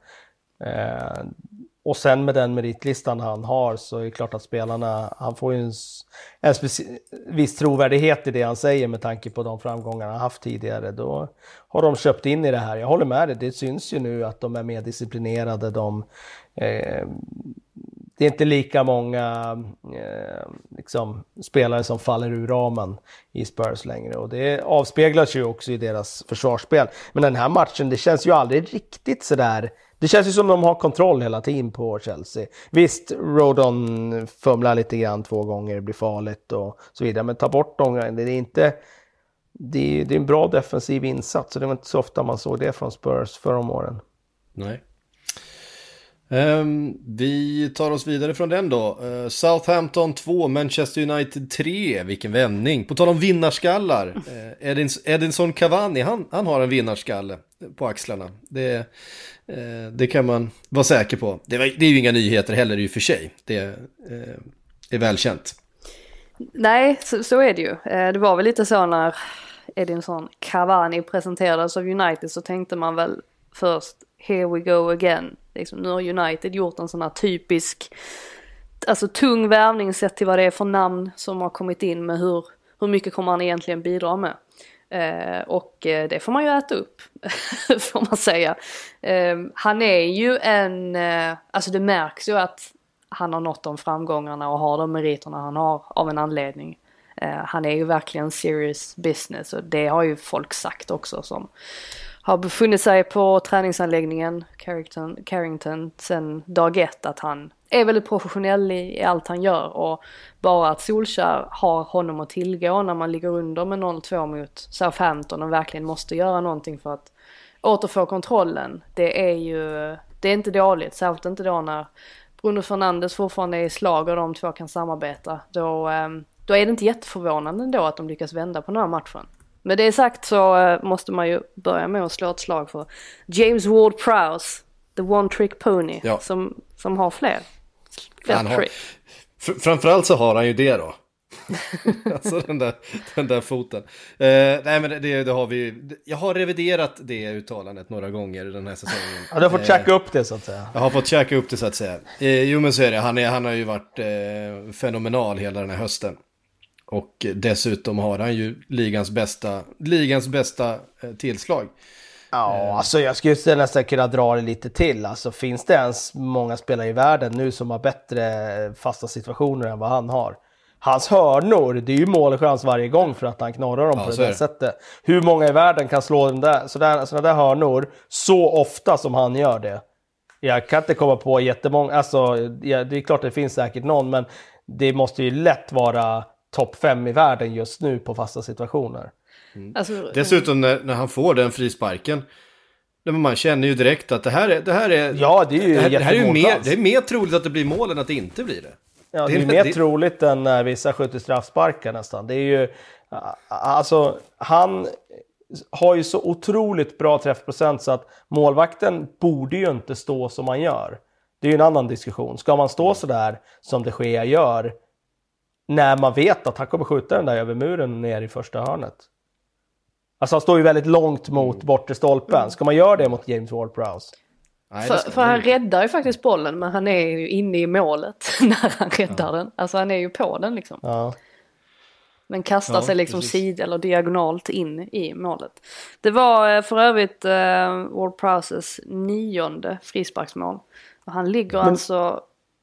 Eh, och sen med den meritlistan han har så är det klart att spelarna, han får ju en, en speci- viss trovärdighet i det han säger med tanke på de framgångar han haft tidigare. Då har de köpt in i det här. Jag håller med dig, det syns ju nu att de är mer disciplinerade. De, eh, det är inte lika många eh, liksom, spelare som faller ur ramen i Spurs längre. Och det avspeglas ju också i deras försvarsspel. Men den här matchen, det känns ju aldrig riktigt sådär. Det känns ju som de har kontroll hela tiden på Chelsea. Visst, Rodon fumlar lite grann två gånger, det blir farligt och så vidare. Men ta bort dem, det är inte... Det är, det är en bra defensiv insats. Så det var inte så ofta man såg det från Spurs förra om åren. Nej. Um, vi tar oss vidare från den då. uh, Southampton två, Manchester United tre. Vilken vändning. På tal om vinnarskallar, uh, Edins, Edinson Cavani, han, han har en vinnarskalle på axlarna. Det, uh, det kan man vara säker på. Det, det är ju inga nyheter heller i och för sig. Det uh, är välkänt. Nej, så, så är det ju. uh, Det var väl lite så när Edinson Cavani presenterades av United så tänkte man väl först here we go again. Liksom, nu har United gjort en sån här typisk alltså tung värvning sett till vad det är för namn som har kommit in med hur, hur mycket kommer han egentligen bidra med. Eh, och eh, det får man ju äta upp får man säga. Eh, han är ju en, eh, alltså det märks ju att han har nått de framgångarna och har de meriterna han har av en anledning. Uh, han är ju verkligen serious business och det har ju folk sagt också som har befunnit sig på träningsanläggningen Carrington, Carrington sen dag ett att han är väldigt professionell i, i allt han gör och bara att Solskjaer har honom att tillgå när man ligger under med noll två mot Southampton och verkligen måste göra någonting för att återfå kontrollen. Det är ju det är inte dåligt, särskilt inte då när Bruno Fernandes fortfarande är i slag och de två kan samarbeta. Då, då är det inte jätteförvånande ändå att de lyckas vända på den här matchen. Med det sagt så måste man ju börja med att slå ett slag för James Ward-Prowse, the one trick pony, ja. som, som har fler, fler han har, fr- framförallt så har han ju det då. Alltså den där, den där foten. Eh, nej men det, det har vi. Jag har reviderat det uttalandet några gånger den här säsongen. Ja, du har fått checka upp det så att säga. Jag har fått checka upp det så att säga. Eh, jo men så är det. Han, är, han har ju varit eh, fenomenal hela den här hösten. Och dessutom har han ju ligans bästa, ligans bästa eh, tillslag. Ja, eh. alltså jag skulle nästan kunna dra det lite till. Alltså finns det ens många spelare i världen nu som har bättre fasta situationer än vad han har? Hans hörnor, det är ju målchans varje gång för att han knorrar dem ja, på det där sättet. Hur många i världen kan slå den där, sådär, sådana där hörnor så ofta som han gör det? Jag kan inte komma på jättemånga, alltså ja, det är klart det finns säkert någon, men det måste ju lätt vara topp fem i världen just nu på fasta situationer. Mm. Alltså, dessutom när, när han får den frisparken, man känner ju direkt att det här är, det här är, ja, det är ju, det här, det här är ju mer, det är mer troligt att det blir mål än att det inte blir det. Ja, det är, är mer det... troligt än när vissa skjuter straffsparkar nästan. Det är ju, alltså, han har ju så otroligt bra träffprocent så att målvakten borde ju inte stå som man gör. Det är ju en annan diskussion. Ska man stå så där som De Gea gör när man vet att han kommer skjuta den där över muren ner i första hörnet? Alltså han står ju väldigt långt mot bortre stolpen. Ska man göra det mot James Ward-Prowse? Nej, för, för han räddar ju faktiskt bollen, men han är ju inne i målet när han räddar ja. den. Alltså han är ju på den liksom. Ja. Men kastar ja, sig liksom precis. sid eller diagonalt in i målet. Det var för övrigt uh, Ward-Prowses nionde frisparksmål. Och han ligger men... alltså,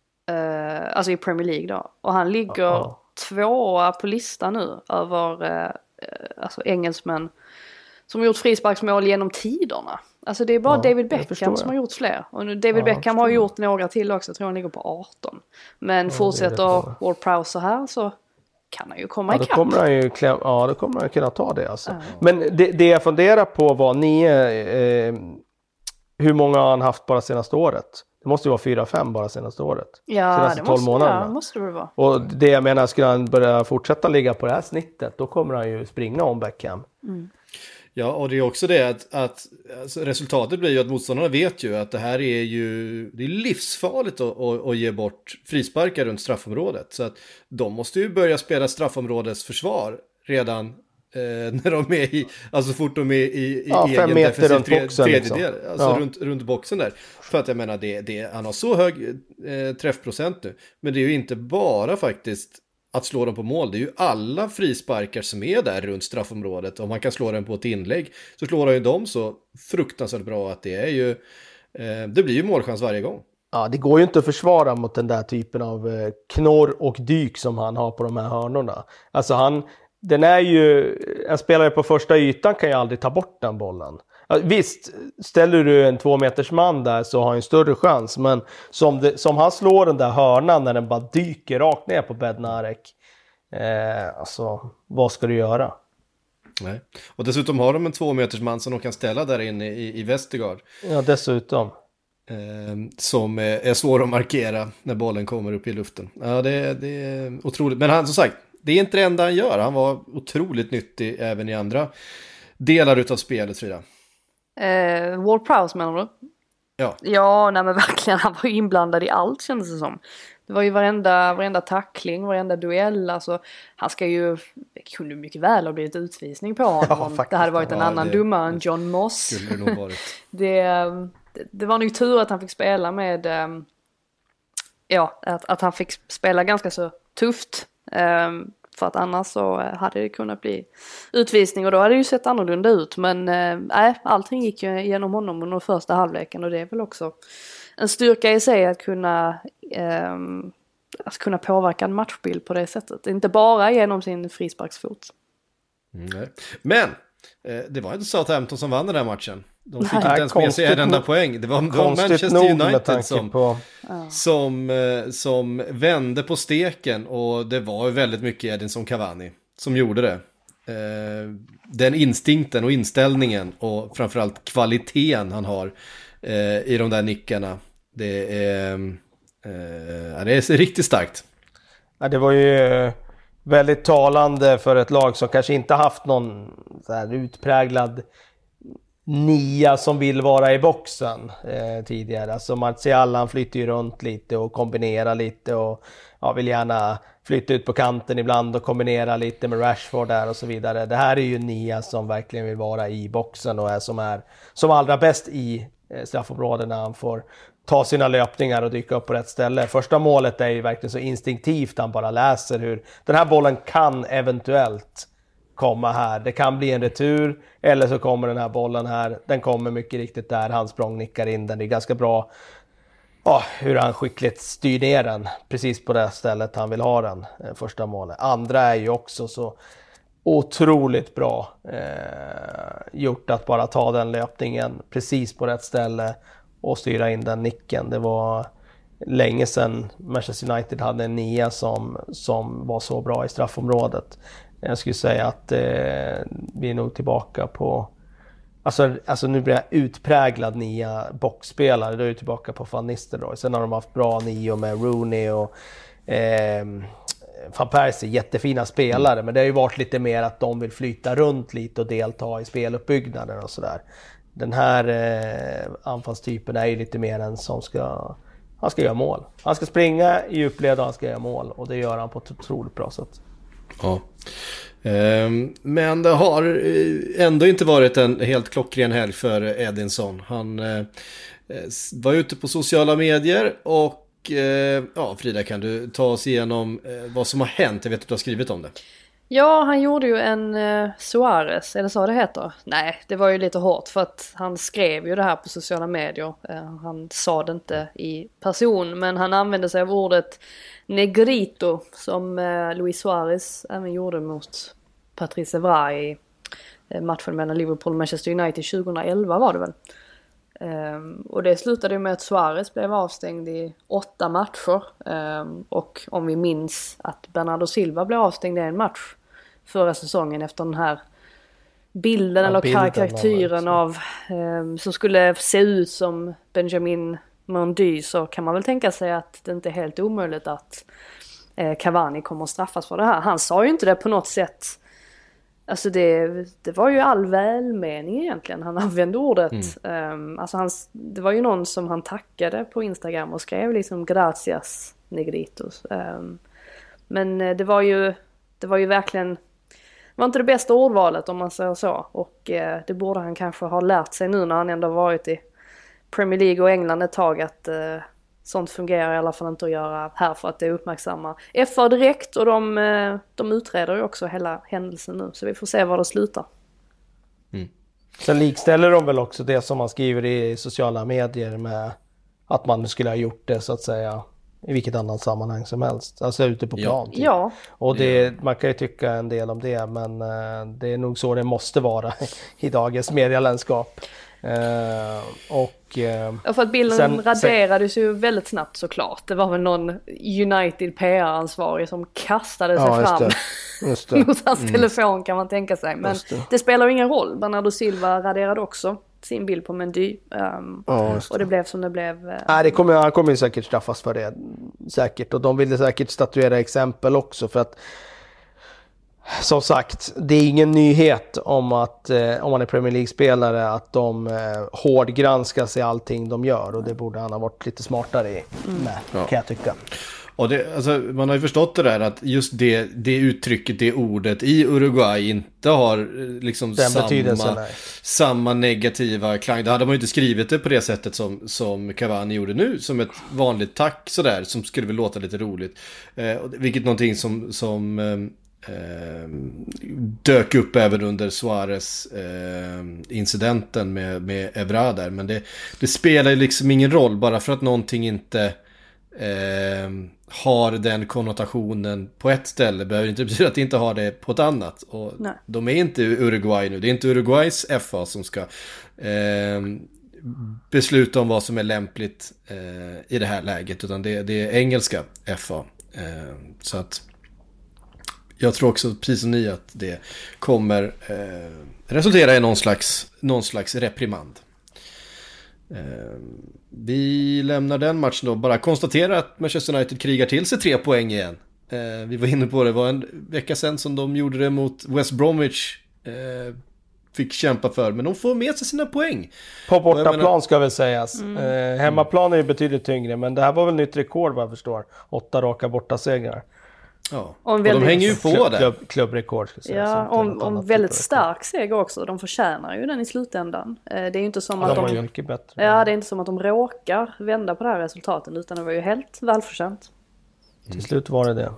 uh, alltså i Premier League då. Och han ligger ja. tvåa på listan nu över uh, alltså engelsmän som har gjort frisparksmål genom tiderna. Alltså det är bara ja, David Beckham som har gjort fler. Och David ja, Beckham har gjort några till också. Jag tror han ligger på arton. Men ja, fortsätter Ward-Prowse så här så kan han ju komma ja, ikapp. Då kommer han ju kläm- ja, då kommer han kunna ta det alltså. Ja. Men det, det jag funderar på var nio, eh, hur många har han haft bara senaste året? Det måste ju vara fyra fem bara senaste året. Ja, senaste det måste, ja, måste det vara. Och det jag menar, skulle han börja fortsätta ligga på det här snittet, då kommer han ju springa om Beckham. Mm. Ja, och det är också det att, att alltså resultatet blir ju att motståndarna vet ju att det här är ju det är livsfarligt att, att, att ge bort frisparkar runt straffområdet. Så att de måste ju börja spela straffområdesförsvar redan eh, när de är i, alltså så fort de är i, i ja, egen defensiv runt tre, boxen, tredjedel, liksom. alltså ja. runt, runt boxen där. För att jag menar, det, det, han har så hög eh, träffprocent nu, men det är ju inte bara faktiskt att slå dem på mål, det är ju alla frisparkar som är där runt straffområdet. Om man kan slå den på ett inlägg så slår han ju dem så fruktansvärt bra att det är ju eh, det blir ju målchans varje gång. Ja, det går ju inte att försvara mot den där typen av eh, knorr och dyk som han har på de här hörnorna. Alltså han, den är ju, en spelare på första ytan kan ju aldrig ta bort den bollen. Ja, visst, ställer du en två meters man där så har han en större chans. Men som, det, som han slår den där hörnan när den bara dyker rakt ner på Bednarek. Eh, alltså, vad ska du göra? Nej. Och dessutom har de en två meters man som de kan ställa där inne i, i Vestergaard. Ja, dessutom. Eh, som är, är svår att markera när bollen kommer upp i luften. Ja, det, det är otroligt. Men han, som sagt, det är inte det enda han gör. Han var otroligt nyttig även i andra delar utav spelet, Frida. Eh, Ward-Prowse menar du? Ja. Ja, nej men verkligen, han var ju inblandad i allt kändes det som. Det var ju varenda, varenda tackling, varenda duell, alltså han ska ju, det kunde mycket väl ha blivit utvisning på honom. Ja, faktiskt, det hade varit en ja, annan det, domare än John Moss. Skulle det nog varit. det, det, det var nog tur att han fick spela med, ja, att, att han fick spela ganska så tufft. För att annars så hade det kunnat bli utvisning och då hade det ju sett annorlunda ut. Men nej, allting gick ju genom honom under första halvleken och det är väl också en styrka i sig att kunna, eh, att kunna påverka en matchbild på det sättet. Inte bara genom sin frisparksfot. Mm, men eh, det var inte Southampton som vann den här matchen. De fick Nej, inte ens med sig en enda poäng. Det var, det var Manchester United som, på... som, eh, som vände på steken. Och det var väldigt mycket Edinson Cavani som gjorde det. Eh, den instinkten och inställningen och framförallt kvaliteten han har eh, i de där nickarna. Det är, eh, det är riktigt starkt. Ja, det var ju väldigt talande för ett lag som kanske inte haft någon så här utpräglad nia som vill vara i boxen eh, tidigare. Alltså Martial, han flyttar ju runt lite och kombinerar lite och ja, vill gärna flytta ut på kanten ibland och kombinera lite med Rashford där och så vidare. Det här är ju nia som verkligen vill vara i boxen och är som är som allra bäst i eh, straffområden när han får ta sina löpningar och dyka upp på rätt ställe. Första målet är ju verkligen så instinktivt, han bara läser hur den här bollen kan eventuellt komma här. Det kan bli en retur eller så kommer den här bollen här. Den kommer mycket riktigt där. Han språngnickar in den. Det är ganska bra ja, hur han skickligt styr ner den precis på det stället han vill ha den. Första målet. Andra är ju också så otroligt bra eh, gjort att bara ta den löpningen precis på rätt ställe och styra in den nicken. Det var länge sedan Manchester United hade en nia som, som var så bra i straffområdet. Jag skulle säga att eh, vi är nog tillbaka på alltså, alltså nu blir jag utpräglad nia boxspelare, då är jag tillbaka på Van Nistelrooy. Sen har de haft bra nio med Rooney och eh, Van Persie, jättefina spelare, mm. men det har ju varit lite mer att de vill flyta runt lite och delta i speluppbyggnaden och sådär. Den här eh, anfallstypen är ju lite mer en som ska han ska göra mål. Han ska springa i djupled och han ska göra mål och det gör han på ett otroligt bra sätt. Ja, men det har ändå inte varit en helt klockren helg för Edinson. Han var ute på sociala medier och ja, Frida, kan du ta oss igenom vad som har hänt? Jag vet att du har skrivit om det. Ja, han gjorde ju en uh, Suarez, eller så det heter. Nej, det var ju lite hårt för att han skrev ju det här på sociala medier. Uh, han sa det inte i person, men han använde sig av ordet negrito som uh, Luis Suarez även gjorde mot Patrice Evra i uh, matchen mellan Liverpool och Manchester United tjugoelva var det väl. Um, och det slutade med att Suarez blev avstängd i åtta matcher um, och om vi minns att Bernardo Silva blev avstängd i en match förra säsongen efter den här bilden ja, eller bilden karikatyren av um, som skulle se ut som Benjamin Mendy, så kan man väl tänka sig att det inte är helt omöjligt att uh, Cavani kommer att straffas för det här. Han sa ju inte det på något sätt. Alltså det, det var ju all välmening egentligen. Han använde ordet. Mm. Um, alltså han, det var ju någon som han tackade på Instagram och skrev liksom gracias negritos. Um, men det var ju det var ju verkligen det var inte det bästa ordvalet om man säger så. Och uh, det borde han kanske ha lärt sig nu när han ändå varit i Premier League och England ett tag att uh, sånt fungerar i alla fall inte att göra här för att det uppmärksammar F A direkt och de, de utreder ju också hela händelsen nu. Så vi får se var det slutar. Mm. Sen likställer de väl också det som man skriver i sociala medier med att man skulle ha gjort det så att säga i vilket annat sammanhang som helst. Alltså ute på plan. Ja. Typ. ja. Och det, man kan ju tycka en del om det, men det är nog så det måste vara i dagens medielandskap. Uh, och, uh, och för att bilden sen, raderades sen, ju väldigt snabbt såklart. Det var väl någon United P R-ansvarig som kastade sig ja, fram just det, just det. mot hans mm. telefon kan man tänka sig. Men det. det spelar ju ingen roll. Bernardo Silva raderade också sin bild på Mendy. Um, ja, det. Och det blev som det blev. Uh, Nej, det kommer, han kommer ju säkert straffas för det. Säkert. Och de ville säkert statuera exempel också för att som sagt, det är ingen nyhet om att eh, om man är Premier League-spelare att de eh, hårdgranskar sig allting de gör och det borde han ha varit lite smartare i med, ja. kan jag tycka. Och det, alltså, man har ju förstått det där att just det, det uttrycket, det ordet i Uruguay inte har liksom samma, samma negativa klang. Då hade man ju inte skrivit det på det sättet som, som Cavani gjorde nu, som ett vanligt tack sådär, som skulle väl låta lite roligt. Eh, vilket någonting som, som eh, dök upp även under Suarez eh, incidenten med, med Evra där. Men det, det spelar ju liksom ingen roll, bara för att någonting inte eh, har den konnotationen på ett ställe behöver inte betyda att det inte har det på ett annat. Och de är inte Uruguay nu, det är inte Uruguays F A som ska eh, besluta om vad som är lämpligt eh, i det här läget, utan det, det är engelska F A. Eh, så att jag tror också, precis som ni, att det kommer eh, resultera i någon slags, någon slags reprimand. Eh, vi lämnar den matchen då. Bara konstatera att Manchester United krigar till sig tre poäng igen. Eh, vi var inne på det, det var en vecka sedan som de gjorde det mot West Bromwich. Eh, fick kämpa för, men de får med sig sina poäng. På bortaplan menar... ska väl sägas. Mm. Eh, hemmaplan är ju betydligt tyngre, men det här var väl nytt rekord vad jag förstår. Åtta raka bortasegrar. Ja, och, och de hänger ju på klubb, där. Klubb, klubbrekord ska säga. Ja, om, om väldigt stark seger också. De förtjänar ju den i slutändan. Det är ju inte som ja, att de... de... mycket bättre. Ja, det är inte som att de råkar vända på det här resultaten, utan det var ju helt välförtjänt. Mm. Till slut var det det.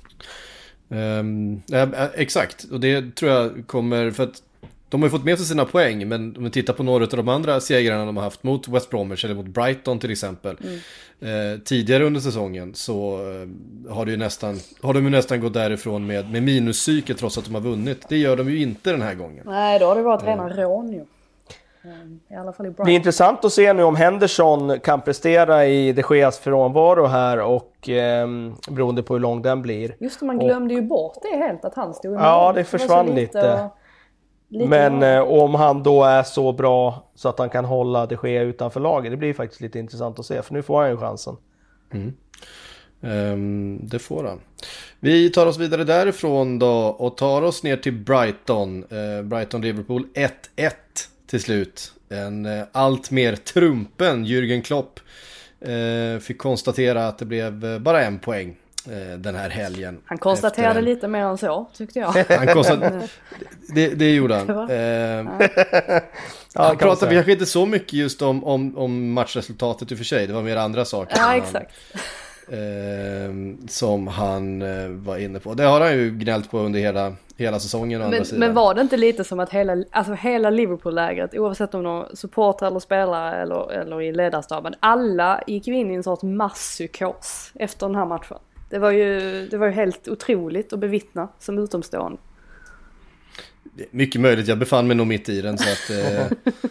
Um, äh, exakt, och det tror jag kommer, för att de har ju fått med sig sina poäng, men om vi tittar på några av de andra segrarna de har haft mot West Bromwich eller mot Brighton till exempel, mm. eh, tidigare under säsongen, så eh, har, det ju nästan, har de ju nästan gått därifrån med, med minuspsyke trots att de har vunnit. Det gör de ju inte den här gången. Nej, då har det varit rena eh. rån ju. I alla fall i Brighton. Det är intressant att se nu om Henderson kan prestera i De Geas frånvaro här, och eh, beroende på hur lång den blir. Just det, man glömde och, ju bort det helt, att han stod i mål. Ja, det försvann det lite. Och... Lite men eh, om han då är så bra så att han kan hålla De Gea utanför laget, det blir faktiskt lite intressant att se, för nu får han ju chansen. Mm. Um, det får han. Vi tar oss vidare därifrån då och tar oss ner till Brighton. Uh, Brighton-Liverpool ett ett till slut. En uh, allt mer trumpen Jürgen Klopp uh, fick konstatera att det blev uh, bara en poäng den här helgen. Han konstaterade en... lite mer än så, tyckte jag. Han konstaterade... det, det gjorde han. Ja. Eh, ja. Han pratade kanske inte så mycket just om, om, om matchresultatet i och för sig. Det var mer andra saker. Ja, exakt. Han, eh, som han eh, var inne på. Det har han ju gnällt på under hela, hela säsongen. Men, men var det inte lite som att hela, alltså hela Liverpool-lägret, oavsett om de supportrar eller spelare eller, eller i ledarstaben, alla gick in i en sorts masspsykos efter den här matchen? Det var ju, det var ju helt otroligt att bevittna som utomstående. Mycket möjligt, jag befann mig nog mitt i den, så att... Eh...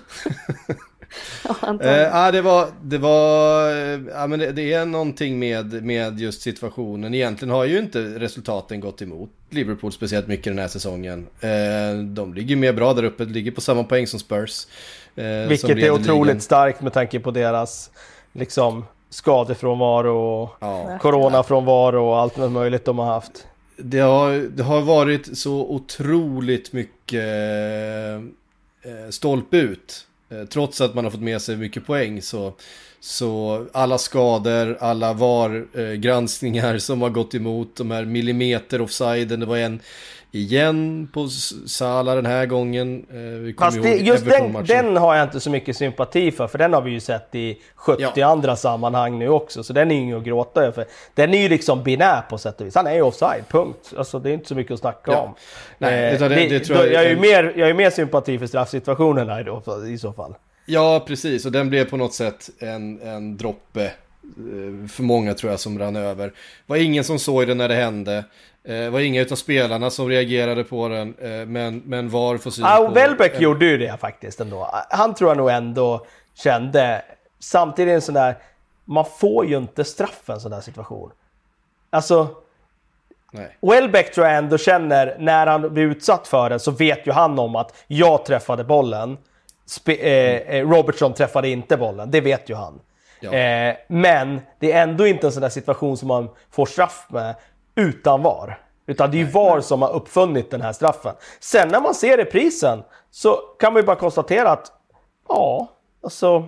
ja, eh, ja, det var... Det, var ja, men det, det är någonting med, med just situationen. Egentligen har ju inte resultaten gått emot Liverpool speciellt mycket den här säsongen. Eh, de ligger mer bra där uppe, ligger på samma poäng som Spurs. Eh, Vilket som är otroligt ligan. starkt med tanke på deras liksom skadefrånvaro och ja. coronafrånvaro och allt möjligt de har haft. Det har, det har varit så otroligt mycket eh, stolpe ut. Eh, trots att man har fått med sig mycket poäng, så, så alla skador, alla V A R-granskningar som har gått emot, de här millimeter offsiden, det var en igen på Salah den här gången. Vi Fast det, just den, den har jag inte så mycket sympati för, för den har vi ju sett i sjuttio ja. andra sammanhang nu också, så den är ju ingen att gråta över. Den är ju liksom binär på sätt och vis. Han är ju offside, punkt. Alltså det är inte så mycket att snacka ja. om. Nej, eh, det, det, det tror jag, jag, är ju mer, jag är mer sympati för straffsituationerna då, i så fall. Ja, precis. Och den blev på något sätt en, en droppe för många, tror jag, som rann över. Det var ingen som såg det när det hände. Det var inga utav spelarna som reagerade på den, men, men var för syn ah, på... Welbeck gjorde ju det faktiskt ändå. Han tror jag nog ändå kände, samtidigt en sån där, man får ju inte straff en sån där situation. Alltså, nej. Welbeck tror jag ändå känner, när han blir utsatt för den så vet ju han om att jag träffade bollen, Sp- eh, Robertson träffade inte bollen, det vet ju han. Ja. Eh, men det är ändå inte en sån där situation som man får straff med utan V A R. Utan det är ju V A R som har uppfunnit den här straffen. Sen när man ser reprisen så kan man ju bara konstatera att ja, alltså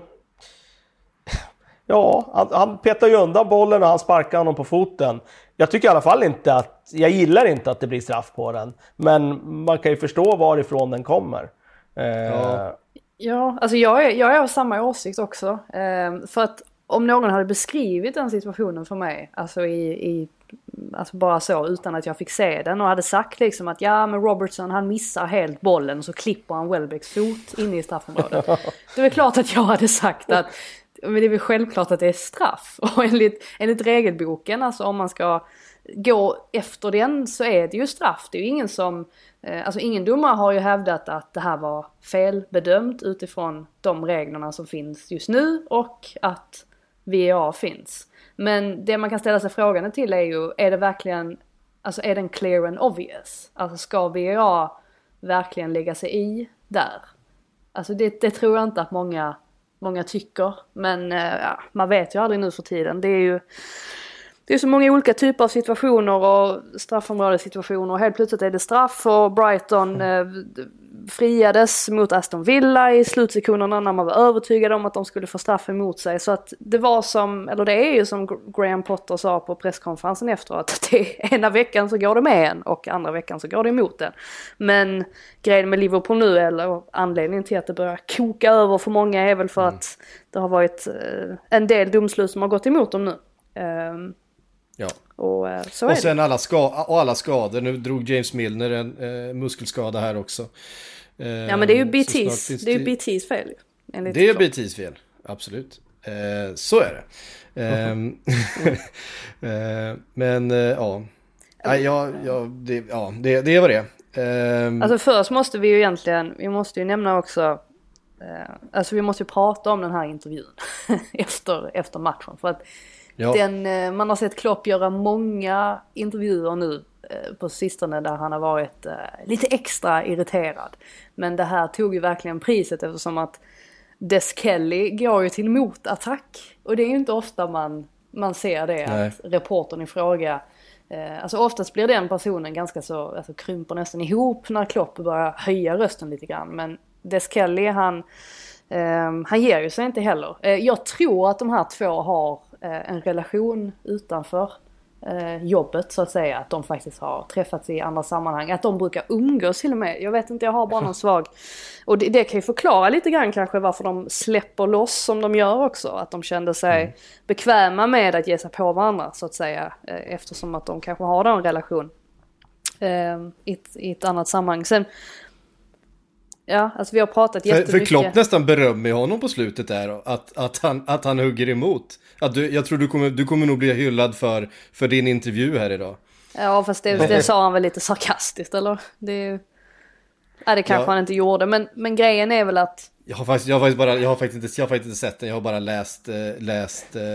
ja, han, han petar ju undan bollen och han sparkar honom på foten. Jag tycker i alla fall inte att, jag gillar inte att det blir straff på den, men man kan ju förstå varifrån den kommer. Eh, ja. Ja, alltså jag är, jag är av samma åsikt också. Eh, för att om någon hade beskrivit den situationen för mig, alltså i, i alltså bara så utan att jag fick se den och hade sagt liksom att ja men Robertson han missar helt bollen och så klipper han Welbecks fot inne i straffområdet. Det är klart att jag hade sagt att men det är väl självklart att det är straff och enligt, enligt regelboken alltså om man ska gå efter den så är det ju straff. Det är ju ingen som alltså ingen domare har ju hävdat att det här var felbedömt utifrån de reglerna som finns just nu och att V A R finns. Men det man kan ställa sig frågan till är ju, är det verkligen, alltså är den clear and obvious? Alltså ska V A R verkligen lägga sig i där? Alltså det, det tror jag inte att många, många tycker. Men ja, man vet ju aldrig nu för tiden. Det är ju det är så många olika typer av situationer och straffområdessituationer och helt plötsligt är det straff och Brighton eh, friades mot Aston Villa i slutsekunderna när man var övertygad om att de skulle få straff emot sig. Så att det var som, eller det är ju som Graham Potter sa på presskonferensen efteråt, att det ena veckan så går det med en och andra veckan så går det emot en. Men grejen med Liverpool nu, eller anledningen till att det börjar koka över för många är väl för mm. att det har varit eh, en del domslut som har gått emot dem nu. Um, Ja. Och, så och sen alla, ska- och alla skador. Nu drog James Milner en eh, muskelskada här också. Eh, ja men det är ju B T's, det är ju B T's fel. Det är ju B T's fel, absolut. Eh, så är det. Eh, eh, men eh, ja. Nej, ja, ja, det, ja det, det var det. Eh, alltså först måste vi ju egentligen, vi måste ju nämna också eh, alltså vi måste ju prata om den här intervjun efter, efter matchen. För att ja. Den, man har sett Klopp göra många intervjuer nu eh, på sistone där han har varit eh, lite extra irriterad. Men det här tog ju verkligen priset eftersom att Des Kelly går ju till motattack. Och det är ju inte ofta man, man ser det, Nej. Att reportern i fråga, eh, alltså oftast blir den personen ganska så, alltså krymper nästan ihop när Klopp börjar höja rösten lite grann. Men Des Kelly, han, eh, han ger ju sig inte heller. Eh, jag tror att de här två har en relation utanför eh, jobbet så att säga, att de faktiskt har träffats i andra sammanhang, att de brukar umgås till och med, jag vet inte, jag har bara någon svag och det, det kan ju förklara lite grann kanske varför de släpper loss som de gör också, att de kände sig mm. bekväma med att ge sig på varandra så att säga, eh, eftersom att de kanske har en relation eh, i, ett, i ett annat sammanhang. Sen ja, alltså vi har pratat jättemycket. För, för Klopp nästan berömmer honom på slutet där, att, att, han, att han hugger emot. Att du, jag tror du kommer, du kommer nog bli hyllad för, för din intervju här idag. Ja, fast det, det sa han väl lite sarkastiskt, eller? Det, ja, det kanske ja. han inte gjorde, men, men grejen är väl att... Jag har faktiskt, jag har faktiskt, bara, jag har faktiskt, inte, jag har faktiskt inte sett den, jag har bara läst, läst eh,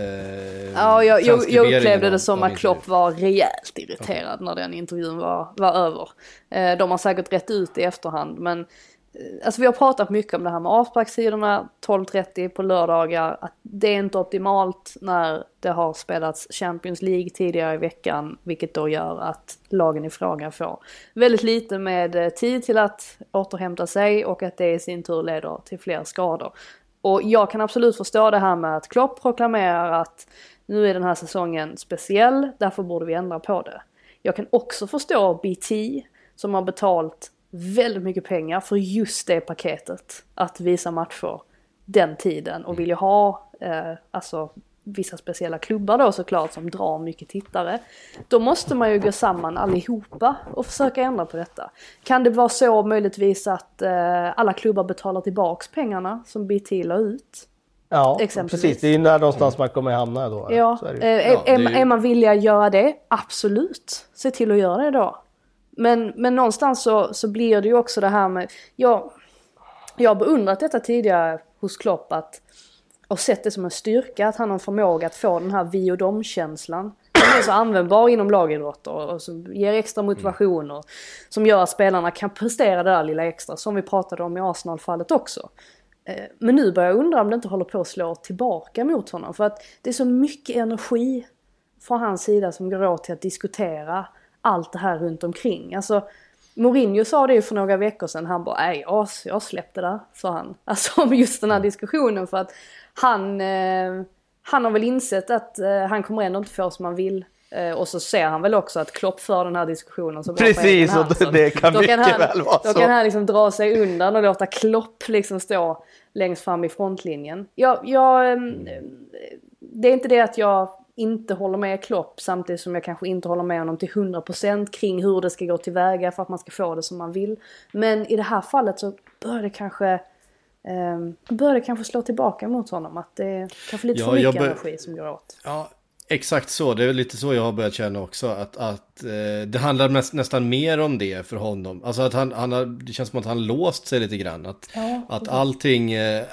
ja, jag, jag, jag upplevde det som att Klopp var rejält irriterad okay. när den intervjun var, var över. Eh, de har säkert rätt ut i efterhand, men alltså vi har pratat mycket om det här med avsparkstiderna tolv trettio på lördagar, att det är inte optimalt när det har spelats Champions League tidigare i veckan, vilket då gör att lagen i fråga får väldigt lite med tid till att återhämta sig och att det i sin tur leder till fler skador. Och jag kan absolut förstå det här med att Klopp proklamerar att nu är den här säsongen speciell, därför borde vi ändra på det. Jag kan också förstå B T som har betalt väldigt mycket pengar för just det paketet, att visa matcher den tiden, och vill ju ha eh, alltså vissa speciella klubbar då såklart som drar mycket tittare. Då måste man ju gå samman allihopa och försöka ändra på detta. Kan det vara så möjligtvis att eh, alla klubbar betalar tillbaks pengarna som B T la ut? Ja, precis. Det är ju där någonstans man kommer hamna då. Ja, så är, det är, ja, är, det är, är man villig att göra det? Absolut. Se till att göra det då. Men, men någonstans så, så blir det ju också det här med... Jag, jag har beundrat detta tidigare hos Klopp att, och sett det som en styrka att han har en förmåga att få den här vi och dom-känslan. Den är så användbar inom lagidrotter och, och som ger extra motivation och som gör att spelarna kan prestera det där lilla extra, som vi pratade om i Arsenal-fallet också. Men nu börjar jag undra om det inte håller på att slå tillbaka mot honom. För att det är så mycket energi från hans sida som går åt till att diskutera allt det här runt omkring. Alltså, Mourinho sa det ju för några veckor sedan. Han bara, nej, jag, jag släppte det, sa han. Alltså om just den här diskussionen. För att han, eh, han har väl insett att eh, han kommer ändå inte få som han vill. Eh, och så ser han väl också att Klopp för den här diskussionen. Så precis, och det, det kan mycket han, väl vara så. Då kan han liksom dra sig undan och låta Klopp liksom stå längst fram i frontlinjen. Jag, jag, eh, det är inte det att jag inte håller med Klopp, samtidigt som jag kanske inte håller med honom till hundra procent kring hur det ska gå tillväga för att man ska få det som man vill. Men i det här fallet så bör det kanske, eh, bör det kanske slå tillbaka mot honom. Att det är kanske lite Ja, för mycket bör... energi som går åt. Ja, exakt så. Det är lite så jag har börjat känna också. Att, att eh, det handlar näst, nästan mer om det för honom. Alltså att han, han har, det känns som att han låst sig lite grann. Att, Ja, att allting... Eh,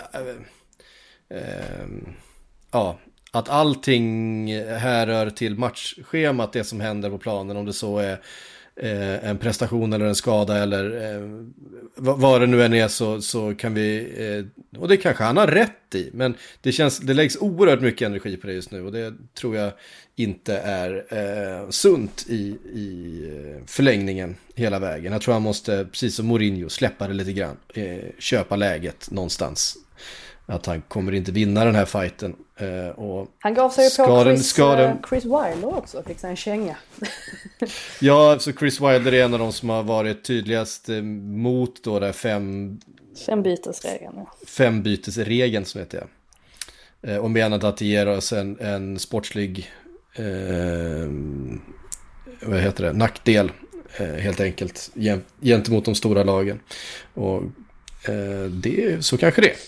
eh, ja... Att allting härrör till matchschemat, det som händer på planen, om det så är eh, en prestation eller en skada eller eh, vad det nu än är, så, så kan vi, eh, och det kanske han har rätt i, men det känns, det läggs oerhört mycket energi på det just nu och det tror jag inte är eh, sunt i, i förlängningen hela vägen. Jag tror han måste, precis som Mourinho, släppa det lite grann, eh, köpa läget någonstans. Att han kommer inte vinna den här fighten. Eh, och han gav sig ju på ska Chris, den, ska den... Chris Wilder också, fick sig en känga. Ja, så Chris Wilder är en av de som har varit tydligast mot då där fem... Fembytesregeln, ja. Fembytesregeln som heter jag. Eh, och menat att det ger oss en, en sportslig eh, vad heter det, nackdel eh, helt enkelt gentemot de stora lagen. Och eh, det, så kanske det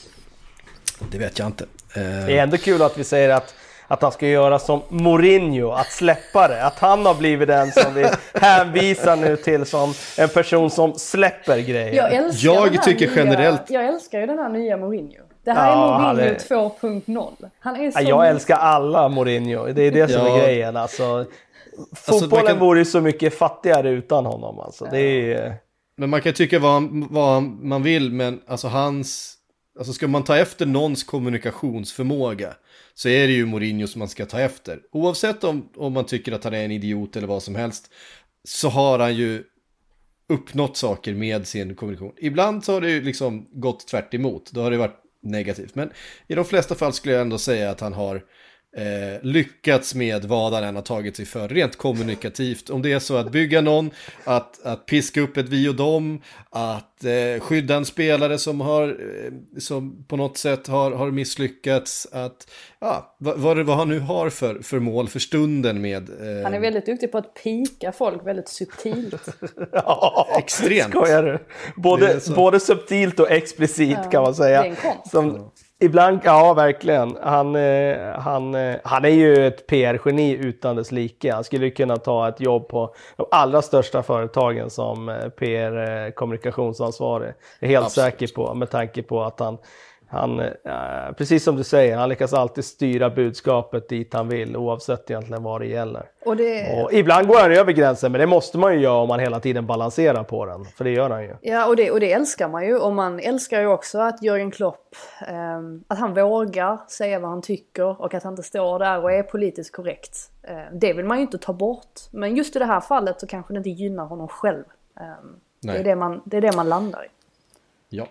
Det vet jag inte. Eh... Det är ändå kul att vi säger att, att han ska göra som Mourinho, att släppa det. Att han har blivit den som vi hänvisar nu till som en person som släpper grejer. Jag älskar, jag tycker nya, generellt... jag älskar ju den här nya Mourinho. Det här Ja, är Mourinho är... två punkt noll. Han är så... ja, jag älskar alla Mourinho. Det är det som ja. är grejen. Alltså, fotbollen kan... vore ju så mycket fattigare utan honom. Alltså. Det är... Men man kan tycka vad, vad man vill, men alltså hans... Alltså ska man ta efter någons kommunikationsförmåga så är det ju Mourinho som man ska ta efter. Oavsett om, om man tycker att han är en idiot eller vad som helst, så har han ju uppnått saker med sin kommunikation. Ibland så har det ju liksom gått tvärt emot. Då har det varit negativt. Men i de flesta fall skulle jag ändå säga att han har eh, lyckats med vad han än har tagit sig för. Rent kommunikativt. Om det är så att bygga någon, att, att piska upp ett vi och dem, att eh, skydda en spelare som har eh, som på något sätt har, har misslyckats, att ja, vad, vad, vad han nu har för, för mål för stunden med eh, han är väldigt duktig på att pika folk väldigt subtilt. Ja, extremt. Skojar du? Både, både subtilt och explicit, ja, kan man säga. Det är en konst. Som, ibland, ja verkligen. Han, eh, han, eh, han är ju ett P R-geni utan dess like. Han skulle kunna ta ett jobb på de allra största företagen som eh, P R-kommunikationsansvarig. Jag är helt Absolut. säker på, med tanke på att han, han eh, precis som du säger, han lyckas alltid styra budskapet dit han vill, oavsett egentligen vad det gäller. Och det... och ibland går han över gränsen, men det måste man ju göra om man hela tiden balanserar på den. För det gör han ju. Ja, och det, och det älskar man ju. Och man älskar ju också att Jürgen Klopp, eh, att han vågar säga vad han tycker och att han inte står där och är politiskt korrekt. Eh, det vill man ju inte ta bort. Men just i det här fallet så kanske det inte gynnar honom själv. Eh, det, är det, man, det är det man landar i. Ja.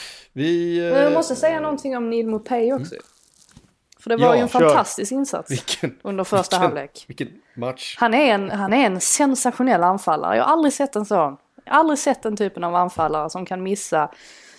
Vi, Men jag måste säga någonting om Neal Maupay också. Mm. För det var ja, ju en kör. fantastisk insats vilken, under första vilken, halvlek. Vilken match. Han är, en, han är en sensationell anfallare. Jag har aldrig sett en sån. Jag har aldrig sett den typen av anfallare som kan missa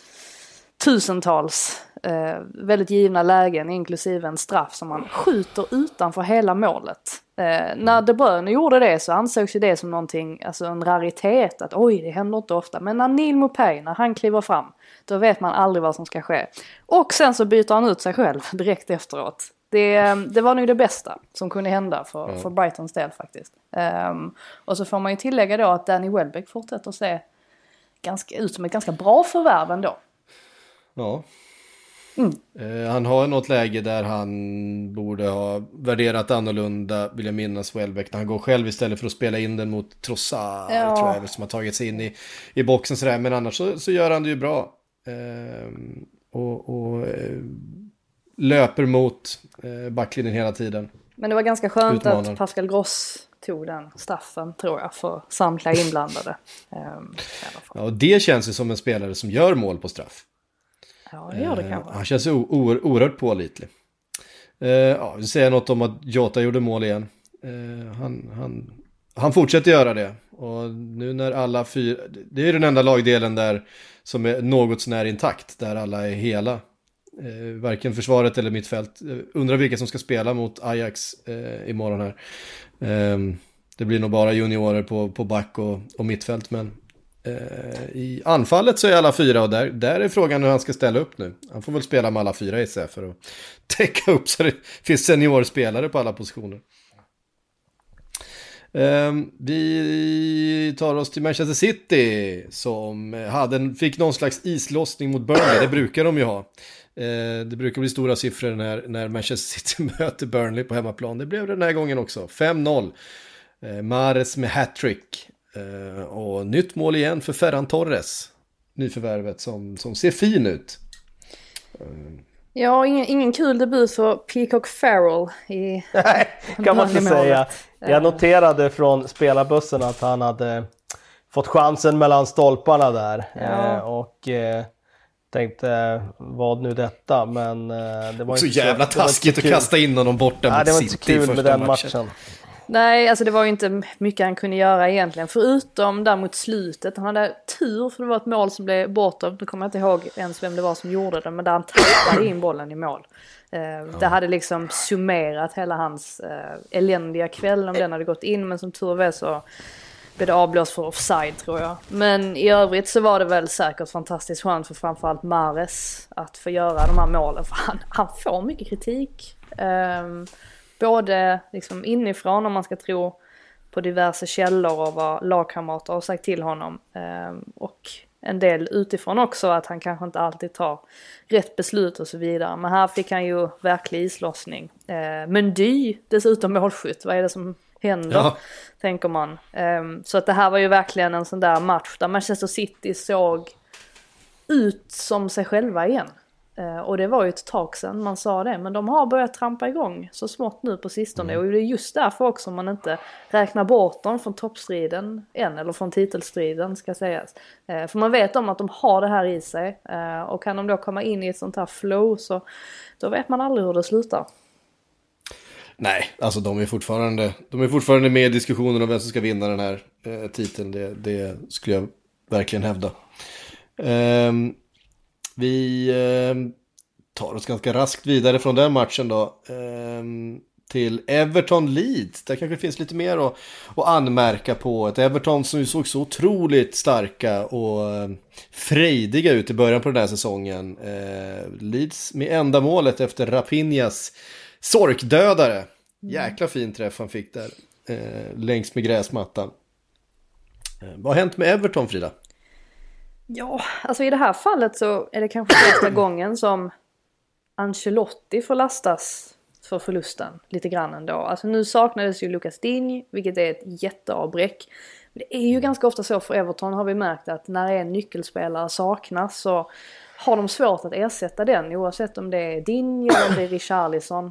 tusentals eh, väldigt givna lägen, inklusive en straff som man skjuter utanför hela målet. Eh, när De Bruyne gjorde det så ansågs ju det som någonting, alltså en raritet, att oj, det händer inte ofta. Men när Neal Maupay, när han kliver fram, då vet man aldrig vad som ska ske. Och sen så byter han ut sig själv direkt efteråt. Det, det var nog det bästa som kunde hända för, mm. för Brightons del faktiskt. Um, och så får man ju tillägga då att Danny Welbeck fortsätter att se ganska, ut som ett ganska bra förvärv ändå. Ja. Mm. Eh, han har något läge där han borde ha värderat annorlunda, vill jag minnas, Welbeck, när han går själv istället för att spela in den mot Trossard, ja. tror jag, som har tagit sig in i, i boxen sådär. Men annars så, så gör han det ju bra. Eh, och och eh, löper mot eh, backlinjen hela tiden. Men det var ganska skönt Utmanar. att Pascal Gross tog den straffen, tror jag, för samtliga inblandade. um, ja, och det känns ju som en spelare som gör mål på straff. Ja, det gör det kanske. Uh, han känns o- o- oerhört pålitlig. Uh, ja, vi säger något om att Jota gjorde mål igen. Uh, han, han, han fortsätter göra det. Och nu när alla fyra... Det är den enda lagdelen där som är något sånär intakt. Där alla är hela. Eh, varken försvaret eller mittfält. Eh, undrar vilka som ska spela mot Ajax eh, imorgon här. Eh, det blir nog bara juniorer på, på back och, och mittfält, men eh, i anfallet så är alla fyra, och där, där är frågan hur han ska ställa upp nu. Han får väl spela med alla fyra i sig för att täcka upp så det finns seniorspelare på alla positioner. Um, vi tar oss till Manchester City som hade en, fick någon slags islossning mot Burnley. Det brukar de ju ha. Uh, det brukar bli stora siffror när, när Manchester City möter Burnley på hemmaplan. Det blev det den här gången också. fem noll. Uh, Mahrez med hattrick. Uh, och nytt mål igen för Ferran Torres. Nyförvärvet som, som ser fin ut. Uh, Ja, ingen, ingen kul debut för Peacock Farrell i Nej, kan man inte säga. Jag noterade från spelarbussen att han hade fått chansen mellan stolparna där. Ja. Eh, och eh, tänkte, vad nu detta? Men eh, det var så inte jävla så, taskigt att kasta in honom borta Nej, mot det var inte City så i kul med första den matchen. matchen. Nej, alltså det var ju inte mycket han kunde göra egentligen. Förutom där mot slutet. Han hade tur för det var ett mål som blev bortom. Nu kommer jag inte ihåg ens vem det var som gjorde det. Men där han tappade in bollen i mål. Eh, ja. Det hade liksom summerat hela hans eh, eländiga kväll om den hade gått in. Men som tur var så blev det avblåst för offside, tror jag. Men i övrigt så var det väl säkert fantastiskt skönt för framförallt Mahrez att få göra de här målen. För han, han får mycket kritik. Um, Både liksom inifrån, om man ska tro på diverse källor och vad lagkamrater har sagt till honom. Um, och en del utifrån också, att han kanske inte alltid tar rätt beslut och så vidare. Men här fick han ju verklig islossning. Uh, Mendy dessutom målskytt. Vad är det som händer? Ja. Tänker man. Um, så att det här var ju verkligen en sån där match där Manchester City såg ut som sig själva igen. Uh, och det var ju ett tag sedan man sa det. Men de har börjat trampa igång så smått nu på sistone. Mm. Och det är just därför också man inte räknar bort dem från toppstriden än. Eller från titelstriden ska sägas. Uh, för man vet om att de har det här i sig. Uh, och kan de då komma in i ett sånt här flow, så då vet man aldrig hur det slutar. Nej, alltså de är fortfarande, de är fortfarande med i diskussionen om vem som ska vinna den här eh, titeln. Det, det skulle jag verkligen hävda. Um, Vi eh, tar oss ganska raskt vidare från den matchen då eh, till Everton Leeds. Där kanske det finns lite mer att, att anmärka på. Ett Everton som ju såg så otroligt starka och eh, frejdiga ut i början på den här säsongen. Eh, Leeds med enda målet efter Raphinhas sorkdödare. Jäkla fin träff han fick där eh, längs med gräsmattan. Eh, vad har hänt med Everton, Frida? Ja, alltså i det här fallet så är det kanske första gången som Ancelotti får lastas för förlusten lite grann ändå. Alltså nu saknades ju Lucas Digne, vilket är ett jätteavbräck. Men det är ju ganska ofta så för Everton, har vi märkt, att när en nyckelspelare saknas så har de svårt att ersätta den, oavsett om det är Digne eller om det är Richarlison.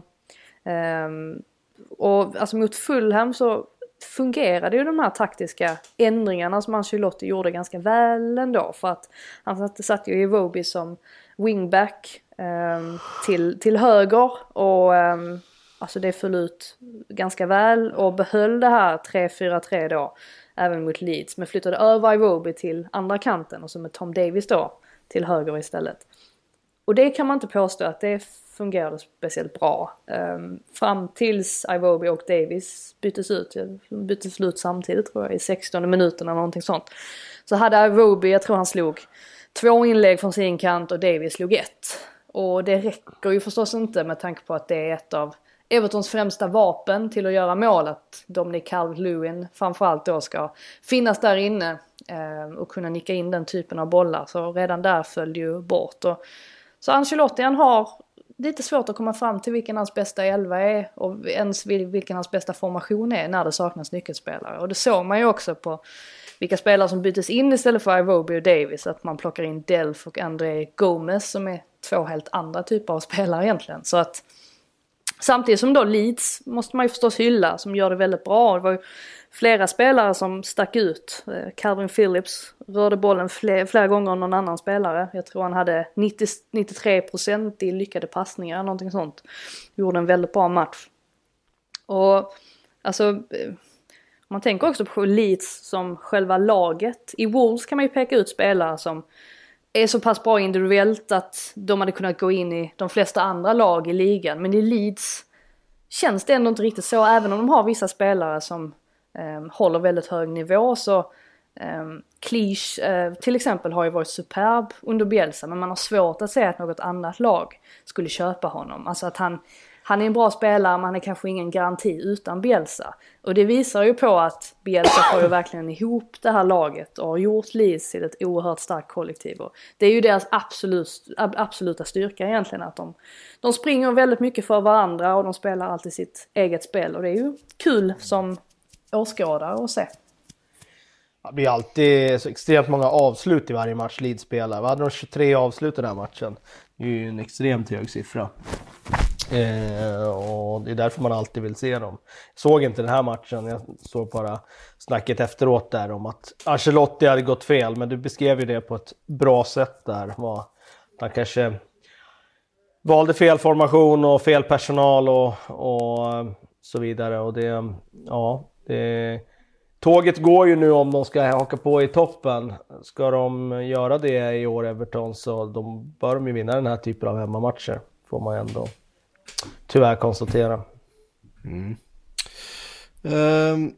Um, och alltså mot Fulham så fungerade ju de här taktiska ändringarna som Ancelotti gjorde ganska väl ändå, för att han satt, satt ju Iwobi som wingback um, till, till höger och um, alltså det föll ut ganska väl och behöll det här tre fyra tre då även mot Leeds, men flyttade över Iwobi till andra kanten och så med Tom Davies då till höger istället. Och det kan man inte påstå att det fungerade speciellt bra. Um, fram tills Iwobi och Davies byttes ut. Byttes ut samtidigt, tror jag, i sextonde minuten eller någonting sånt. Så hade Iwobi, jag tror han slog två inlägg från sin kant och Davies slog ett. Och det räcker ju förstås inte med tanke på att det är ett av Evertons främsta vapen till att göra mål. Att Dominic Calvert-Lewin framförallt då ska finnas där inne um, och kunna nicka in den typen av bollar. Så redan där föll ju bort. Och så Ancelotti, han har lite svårt att komma fram till vilken hans bästa elva är och ens vilken hans bästa formation är när det saknas nyckelspelare. Och det såg man ju också på vilka spelare som byttes in istället för Iwobi och Davies, att man plockar in Delph och André Gomes som är två helt andra typer av spelare egentligen. Så att samtidigt som då Leeds måste man ju förstås hylla, som gör det väldigt bra. Det var ju flera spelare som stack ut. Calvin Phillips rörde bollen fler, flera gånger än någon annan spelare. Jag tror han hade nittio, nittiotre procent i lyckade passningar, någonting sånt. Gjorde en väldigt bra match. Och alltså, man tänker också på Leeds som själva laget. I Wolves kan man ju peka ut spelare som är så pass bra individuellt att de hade kunnat gå in i de flesta andra lag i ligan. Men i Leeds känns det ändå inte riktigt så. Även om de har vissa spelare som eh, håller väldigt hög nivå, så eh, Clich eh, till exempel har ju varit superb under Bielsa, men man har svårt att säga att något annat lag skulle köpa honom. Alltså att han, han är en bra spelare, men han är kanske ingen garanti utan Bielsa. Och det visar ju på att Bielsa får ju verkligen ihop det här laget och har gjort Leeds till ett oerhört starkt kollektiv. Och det är ju deras absolut, absoluta styrka egentligen, att de, de springer väldigt mycket för varandra och de spelar alltid sitt eget spel. Och det är ju kul som åskådare att se. Det blir alltid så extremt många avslut i varje match Leeds spelar. Vi hade de tjugotre avslut i den här matchen. Det är ju en extremt hög siffra. Eh, och det är därför man alltid vill se dem. Jag såg inte den här matchen, jag såg bara snacket efteråt där om att Ancelotti hade gått fel, men du beskrev ju det på ett bra sätt där. Var, han kanske valde fel formation och fel personal och, och så vidare. Och det, ja, det, tåget går ju nu om de ska haka på i toppen. Ska de göra det i år, Everton, så de bör de ju vinna den här typen av hemmamatcher, får man ändå tyvärr konstatera. Mm. Um,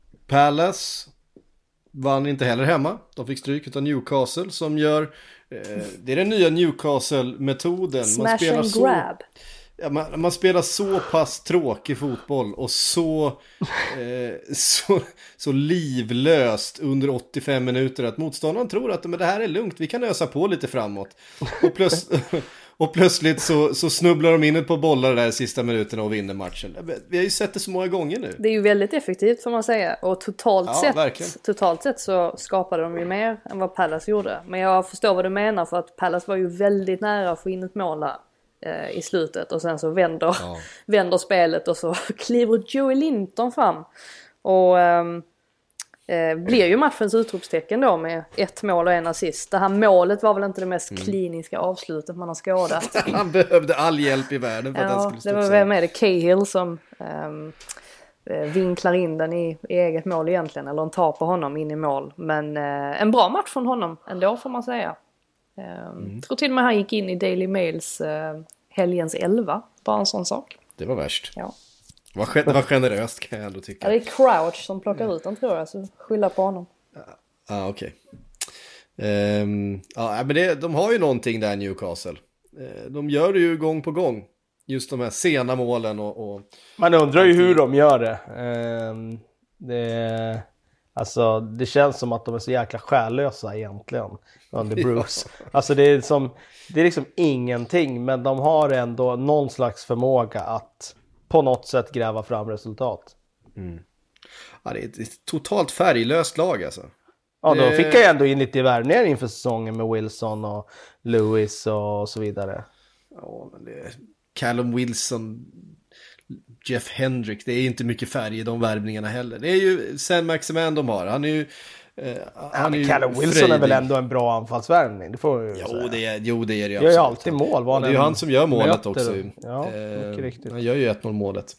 Palace vann inte heller hemma. De fick stryk av Newcastle som gör eh, det är den nya Newcastle-metoden. Smash man spelar and så, grab. ja, man, man spelar så pass tråkig fotboll och så, eh, så, så livlöst under åttiofem minuter att motståndaren tror att men det här är lugnt, vi kan ösa på lite framåt. Och plöts Och plötsligt så, så snubblar de in ett på bollar där sista minuterna och vinner matchen. Vi har ju sett det så många gånger nu. Det är ju väldigt effektivt, får man säga. Och totalt, ja, sett, verkligen. totalt sett så skapade de ju mer än vad Palace gjorde. Men jag förstår vad du menar, för att Palace var ju väldigt nära att få in ett mål där, eh, i slutet. Och sen så vänder, ja. vänder spelet och så kliver Joey Linton fram. Och ehm, eh, blir ju matchens utropstecken då med ett mål och en assist. Det här målet var väl inte det mest mm. kliniska avslutet man har skådat. Han behövde all hjälp i världen för ja, att den skulle det var väl med det Cahill som um, vinklar in den i, i eget mål egentligen. Eller en tar på honom in i mål. Men uh, en bra match från honom ändå, får man säga. Um, mm. Jag tror till och med han gick in i Daily Mails uh, helgens elva. Bara en sån sak. Det var värst. Ja. Det var, det var generöst, kan jag ändå tycka. Ja, det är Crouch som plockar ut den, tror jag. Så skylla på honom. Ja, ah, okej. Okay. Um, ja, men det, de har ju någonting där, Newcastle. Uh, de gör det ju gång på gång. Just de här sena målen och... och man undrar ju hur de gör det. Um, det. Alltså, det känns som att de är så jäkla själlösa egentligen under Bruce. Ja. Alltså det är, som, det är liksom ingenting, men de har ändå någon slags förmåga att på något sätt gräva fram resultat. Mm. Ja, det är ett, ett totalt färglöst lag alltså. Ja, då fick jag ändå in lite värvningar inför säsongen med Wilson och Lewis och så vidare. Ja, men det är Callum Wilson, Jeff Hendrick, det är inte mycket färg i de värvningarna heller. Det är ju Sam Maximan de har. Han är ju eh, han ja, är Callum ju Wilson frejdig. Är väl ändå en bra anfallsvärvning. Det får vi jo, säga. det är, jo, det är det ju. Det gör ju alltid mål. Var det är ju han som gör målet möter. också. Ja, eh, riktigt. Han gör ju ett noll målet.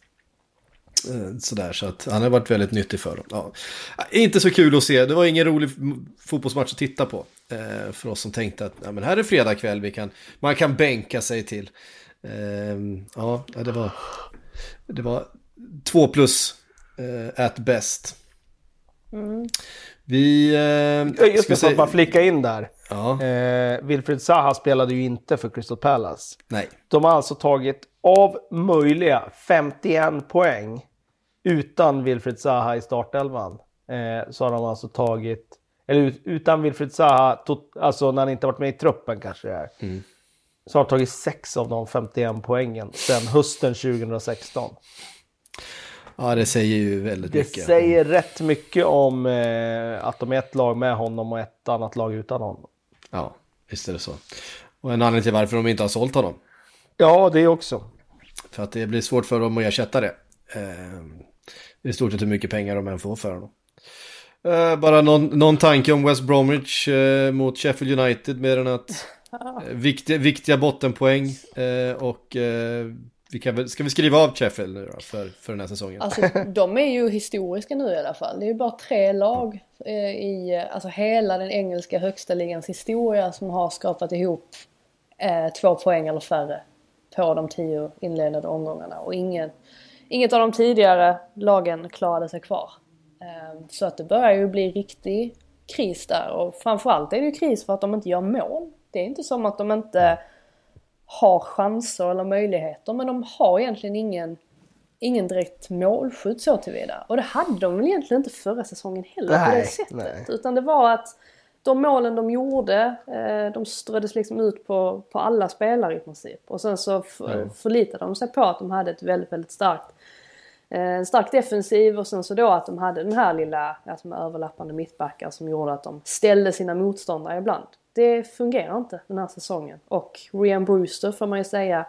Eh, sådär, så att han har varit väldigt nyttig för dem. Ja. Inte så kul att se. Det var ingen rolig fotbollsmatch att titta på. Eh, för oss som tänkte att ja, men här är fredag kväll. Vi kan, man kan bänka sig till. Eh, ja, det var... Det var två plus uh, at best. Mm. Vi... Uh, Just det, för att man flicka in där. Ja. Eh, Wilfried Zaha spelade ju inte för Crystal Palace. Nej. De har alltså tagit av möjliga femtioen poäng utan Wilfried Zaha i startelvan. Eh, så har de alltså tagit... Eller utan Wilfried Zaha, tot, alltså när han inte varit med i truppen kanske det är. Mm. Så har de tagit sex av de femtioen poängen sedan hösten tjugohundrasexton. Ja, det säger ju väldigt det mycket. Det säger mm. rätt mycket om eh, att de är ett lag med honom och ett annat lag utan honom. Ja, visst är det så. Och en anledning till varför de inte har sålt honom. Ja, det också. För att det blir svårt för dem att ersätta det. Eh, det är stort sett hur mycket pengar de än får för honom. Eh, bara någon, någon tanke om West Bromwich eh, mot Sheffield United, med den att eh, viktiga, viktiga bottenpoäng eh, och eh, vi kan väl, ska vi skriva av Sheffield nu då för, för den här säsongen? Alltså de är ju historiska nu i alla fall. Det är ju bara tre lag eh, i alltså hela den engelska högsta ligans historia som har skapat ihop eh, två poäng eller färre på de tio inledande omgångarna. Och ingen, inget av de tidigare lagen klarade sig kvar. Eh, så att det börjar ju bli riktig kris där. Och framförallt är det ju kris för att de inte gör mål. Det är inte som att de inte har chanser eller möjligheter, men de har egentligen ingen, ingen direkt målskytt så tillvida. Och det hade de väl egentligen inte förra säsongen heller nej, på det sättet. Nej. Utan det var att de målen de gjorde, eh, de ströddes liksom ut på, på alla spelare i princip. Och sen så f- mm. förlitade de sig på att de hade ett väldigt, väldigt starkt en stark defensiv och sen så då att de hade den här lilla alltså med överlappande mittbackar som gjorde att de ställde sina motståndare ibland. Det fungerar inte den här säsongen. Och Ryan Brewster får man ju säga,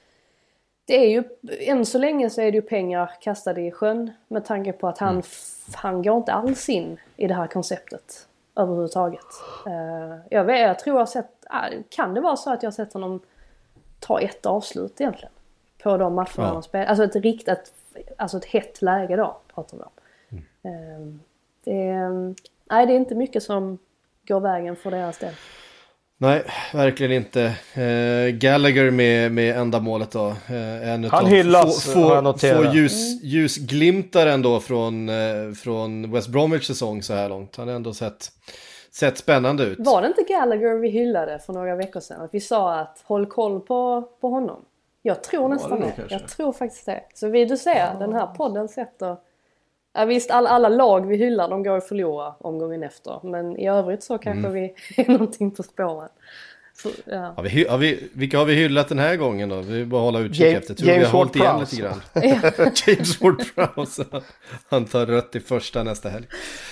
det är ju, än så länge så är det ju pengar kastade i sjön med tanke på att han, mm. han går inte alls in i det här konceptet överhuvudtaget. Uh, jag, vet, jag tror jag har sett, uh, kan det vara så att jag har sett honom ta ett avslut egentligen på de matcherna ja. de spelar. Alltså ett riktigt, alltså ett hett läge då pratar vi om. Mm. Uh, det, nej, det är inte mycket som går vägen för deras del. Nej, verkligen inte. Eh, Gallagher med, med enda målet då. Eh, en han hyllas, få, har jag få ljus, ljusglimtar ändå från, eh, från West Bromwich säsong så här långt. Han har ändå sett, sett spännande ut. Var det inte Gallagher vi hyllade för några veckor sedan? Att vi sa att håll koll på, på honom. Jag tror nästan det. det. Jag tror faktiskt det. Så vi, du ser, ja. Den här podden sätter... Ja, visst, alla, alla lag vi hyllar, de går att förlora omgången efter. Men i övrigt så kanske mm. vi är någonting på spåren. Så, ja. Har vi, har vi, vilka har vi hyllat den här gången då? Vi bara hålla utkik James, efter. Tror James vi har hållit igen lite grann. James Ward-Prowse. Han tar rött i första nästa helg.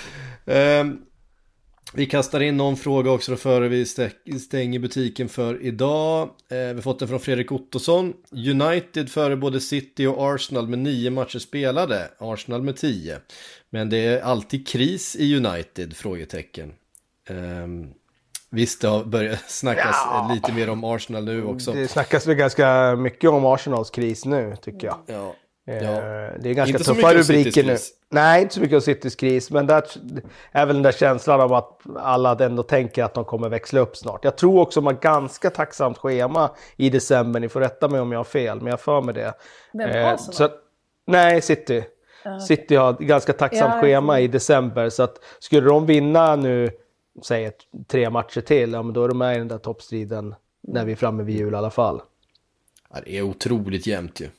Um, vi kastar in någon fråga också före vi stänger butiken för idag. Eh, vi har fått den från Fredrik Ottosson. United före både City och Arsenal med nio matcher spelade. Arsenal med tio. Men det är alltid kris i United, frågetecken. Eh, visst, det har börjat snackas ja. lite mer om Arsenal nu också. Det snackas väl ganska mycket om Arsenals kris nu, tycker jag. Ja. Ja. Det är ganska tuffa rubriker nu. Nej, inte så mycket om Citys kris. Men det är väl den där känslan av att alla ändå tänker att de kommer växla upp snart. Jag tror också man har ganska tacksamt schema i december. Ni får rätta mig om jag har fel, men jag för mig det. Vem har eh, så, Nej, City. Uh, okay. City har ganska tacksamt ja, schema i december. Så att skulle de vinna nu, säg tre matcher till, ja, men då är de med i den där toppstriden mm. när vi är framme vid jul i alla fall. Ja, det är otroligt jämnt ju.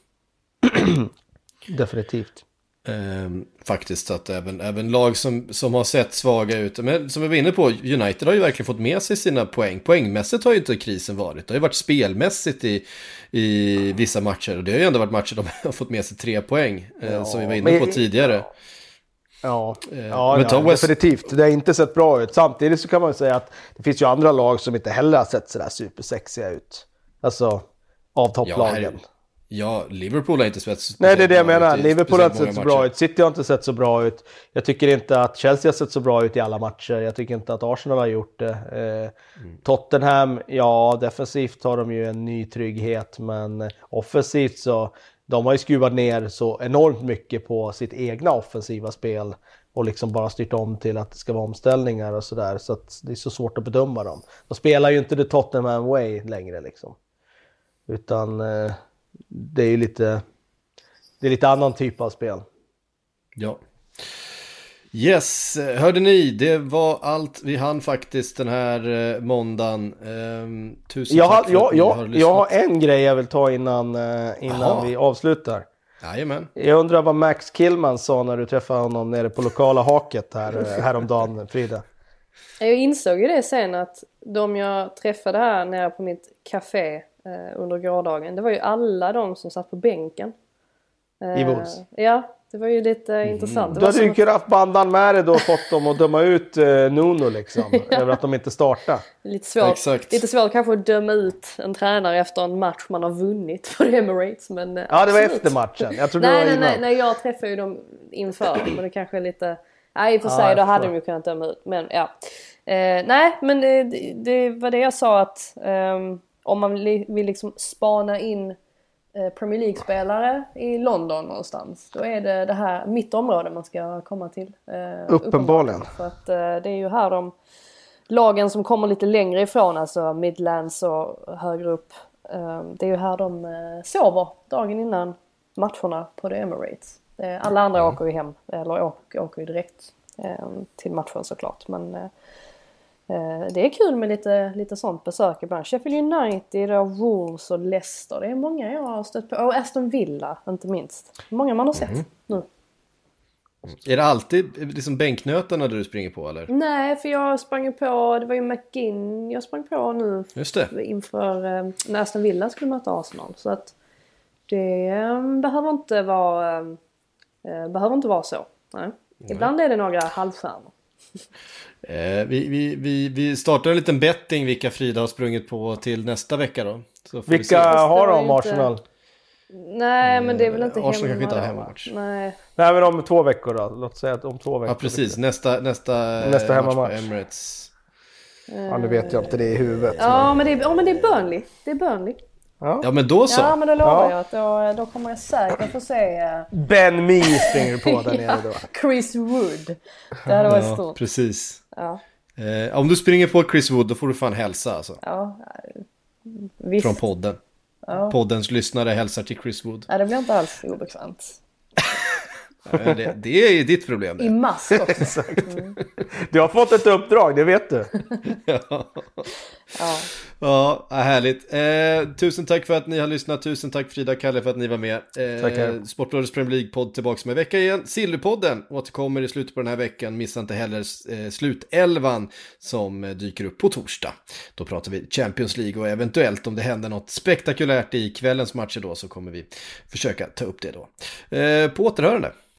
Definitivt. Ehm, faktiskt att även, även lag som, som har sett svaga ut, men som vi var inne på, United har ju verkligen fått med sig sina poäng. Poängmässigt har ju inte krisen varit. Det har ju varit spelmässigt i, i vissa matcher, och det har ju ändå varit matcher de har fått med sig tre poäng, ja, eh, som vi var inne på men, tidigare. Ja, ja, ja, ja West... definitivt. Det har inte sett bra ut. Samtidigt så kan man säga att det finns ju andra lag som inte heller har sett sådär supersexiga ut. Alltså, av topplagen. Ja, här... Ja, Liverpool har inte sett så Nej, det är det jag menar. Liverpool har inte sett så bra ut. City har inte sett så bra ut. Jag tycker inte att Chelsea har sett så bra ut i alla matcher. Jag tycker inte att Arsenal har gjort det. Eh, mm. Tottenham, ja, defensivt har de ju en ny trygghet. Men offensivt så, de har ju skruvat ner så enormt mycket på sitt egna offensiva spel. Och liksom bara styrt om till att det ska vara omställningar och sådär. Så att det är så svårt att bedöma dem. De spelar ju inte det Tottenham way längre liksom. Utan... Eh, det är ju lite det är lite annan typ av spel. Ja. Yes, hörde ni, det var allt vi hann faktiskt den här eh, måndagen. Eh, tusen jag, tack för jag, att ni jag, har lyssnat. Jag har en grej jag vill ta innan, eh, innan vi avslutar. Jajamän. Jag undrar vad Max Killman sa när du träffade honom nere på lokala haket här, häromdagen, Frida. Jag insåg ju det sen att de jag träffade här nere på mitt café under gårdagen, det var ju alla de som satt på bänken. I Wolves? Ja, det var ju lite mm. intressant. Det du hade ju att... kunnat haft bandan med dig då och fått dem att döma ut uh, Nuno liksom, ja. över att de inte startar. Lite svårt, Exakt. lite svårt kanske att döma ut en tränare efter en match man har vunnit på Emirates. Men, ja, absolut. Det var efter matchen. Jag tror nej, det var nej, innan. nej, nej, jag träffade ju dem inför. Men det kanske är lite... Nej, i och för sig, ah, då hade de ju kunnat döma ut. Men ja. Eh, nej, men det, det var det jag sa att... Um, om man vill liksom spana in Premier League-spelare i London någonstans. Då är det det här mitt område man ska komma till. Eh, Uppenbarligen. För att eh, det är ju här de lagen som kommer lite längre ifrån, alltså Midlands och högre upp. Eh, det är ju här de eh, sover dagen innan matcherna på The Emirates. Eh, alla andra mm. åker ju hem, eller åker, åker ju direkt eh, till matchen såklart. Men eh, det är kul med lite, lite sånt besök ibland. Sheffield United och Wolves och Leicester. Det är många jag har stött på. Och Aston Villa, inte minst. Många man har sett mm. nu. Är det alltid liksom bänknötarna du springer på, eller? Nej, för jag sprang på... Det var ju McGinn jag sprang på nu. Just det. Inför eh, när Aston Villa skulle möta Arsenal. Så att det eh, behöver inte vara... Eh, behöver inte vara så. Nej. Mm. Ibland är det några halvstjärnor. Eh, vi, vi, vi, vi startar en liten betting vilka Frida har sprungit på till nästa vecka då. Så vilka har de Arsenal? Inte... Nej, men det är väl inte hemma. Arsenal kanske inte har hemmamatch. Nej. Nej, men om två veckor då. Låt säga att om två veckor. Ja, precis. Nästa, nästa, nästa hemmamatch. Emirates. Ja, nu vet jag inte det i huvudet. Ja, men det är, ja, men det är Burnley. Det är Burnley. Ja. ja, men då så. Ja, men då lovar ja. jag att då, då kommer jag säkert få se... Ben Mee springer på där nere då. Chris Wood. Det hade varit ja, stort. Precis. Ja. Eh, om du springer på Chris Wood, då får du fan hälsa alltså. Ja, visst. Från podden. Ja. Poddens lyssnare hälsar till Chris Wood. Ja, det blir inte alls obekvämt. Ja, det, det är ju ditt problem. Det. I mask också. Mm. Du har fått ett uppdrag, det vet du. ja. Ja. Ja, härligt. Eh, tusen tack för att ni har lyssnat. Tusen tack Frida och Kalle för att ni var med. Eh, Sportbladets Premier League-podd tillbaka med vecka igen. Sillypodden återkommer i slutet på den här veckan. Missa inte heller eh, slutelvan som eh, dyker upp på torsdag. Då pratar vi Champions League och eventuellt om det händer något spektakulärt i kvällens matcher då så kommer vi försöka ta upp det då. Eh, på återhörande.